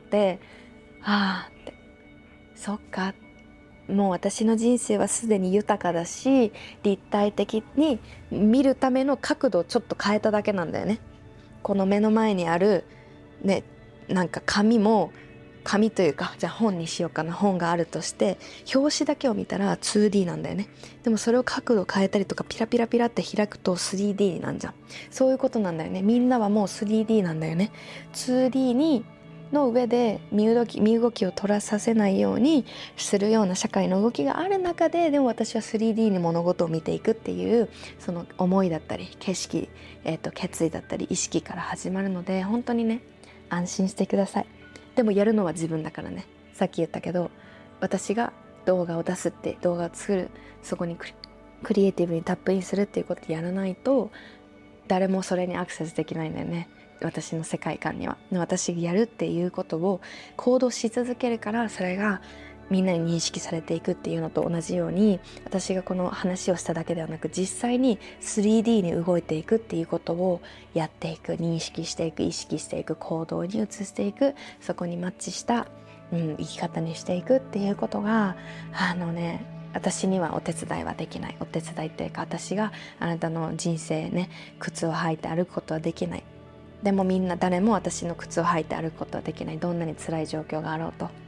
ああって、そっか、もう私の人生はすでに豊かだし、立体的に見るための角度をちょっと変えただけなんだよね。この目の前にあるね、なんか紙というか、じゃあ本にしようかな、本があるとして表紙だけを見たら 2D なんだよね。でもそれを角度変えたりとかピラピラピラって開くと 3D になんじゃん。そういうことなんだよね。みんなはもう 3D なんだよね。 2D の上で身動きを取らさせないようにするような社会の動きがある中で、でも私は 3D に物事を見ていくっていう、その思いだったり景色、決意だったり意識から始まるので、本当にね、安心してください。でもやるのは自分だからね。さっき言ったけど、私が動画を出すって、動画を作る、そこにクリエイティブにタップインするっていうことをやらないと、誰もそれにアクセスできないんだよね。私の世界観には。私がやるっていうことを行動し続けるから、それがみんなに認識されていくっていうのと同じように、私がこの話をしただけではなく、実際に 3D に動いていくっていうことをやっていく、認識していく、意識していく、行動に移していく、そこにマッチした、生き方にしていくっていうことが、私にはお手伝いはできない。お手伝いっていうか、私があなたの人生ね、靴を履いて歩くことはできない。でもみんな誰も私の靴を履いて歩くことはできない。どんなに辛い状況があろうと。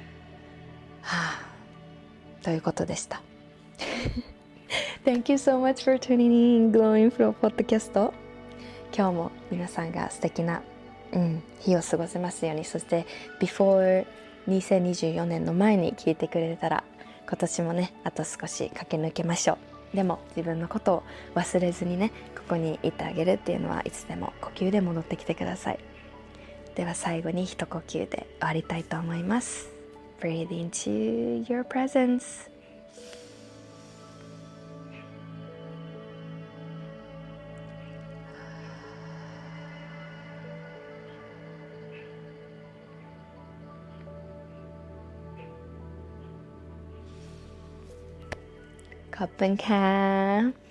ということでした。Thank you so much for tuning in Glowing Flow Podcast。 今日も皆さんが素敵な、日を過ごせますように。そして Before 2024年の前に聞いてくれたら、今年もね、あと少し駆け抜けましょう。でも自分のことを忘れずにね、ここにいてあげるっていうのは、いつでも呼吸で戻ってきてください。では最後に一呼吸で終わりたいと思います。 Breathe into your presence。 ขอบคุณค่ะ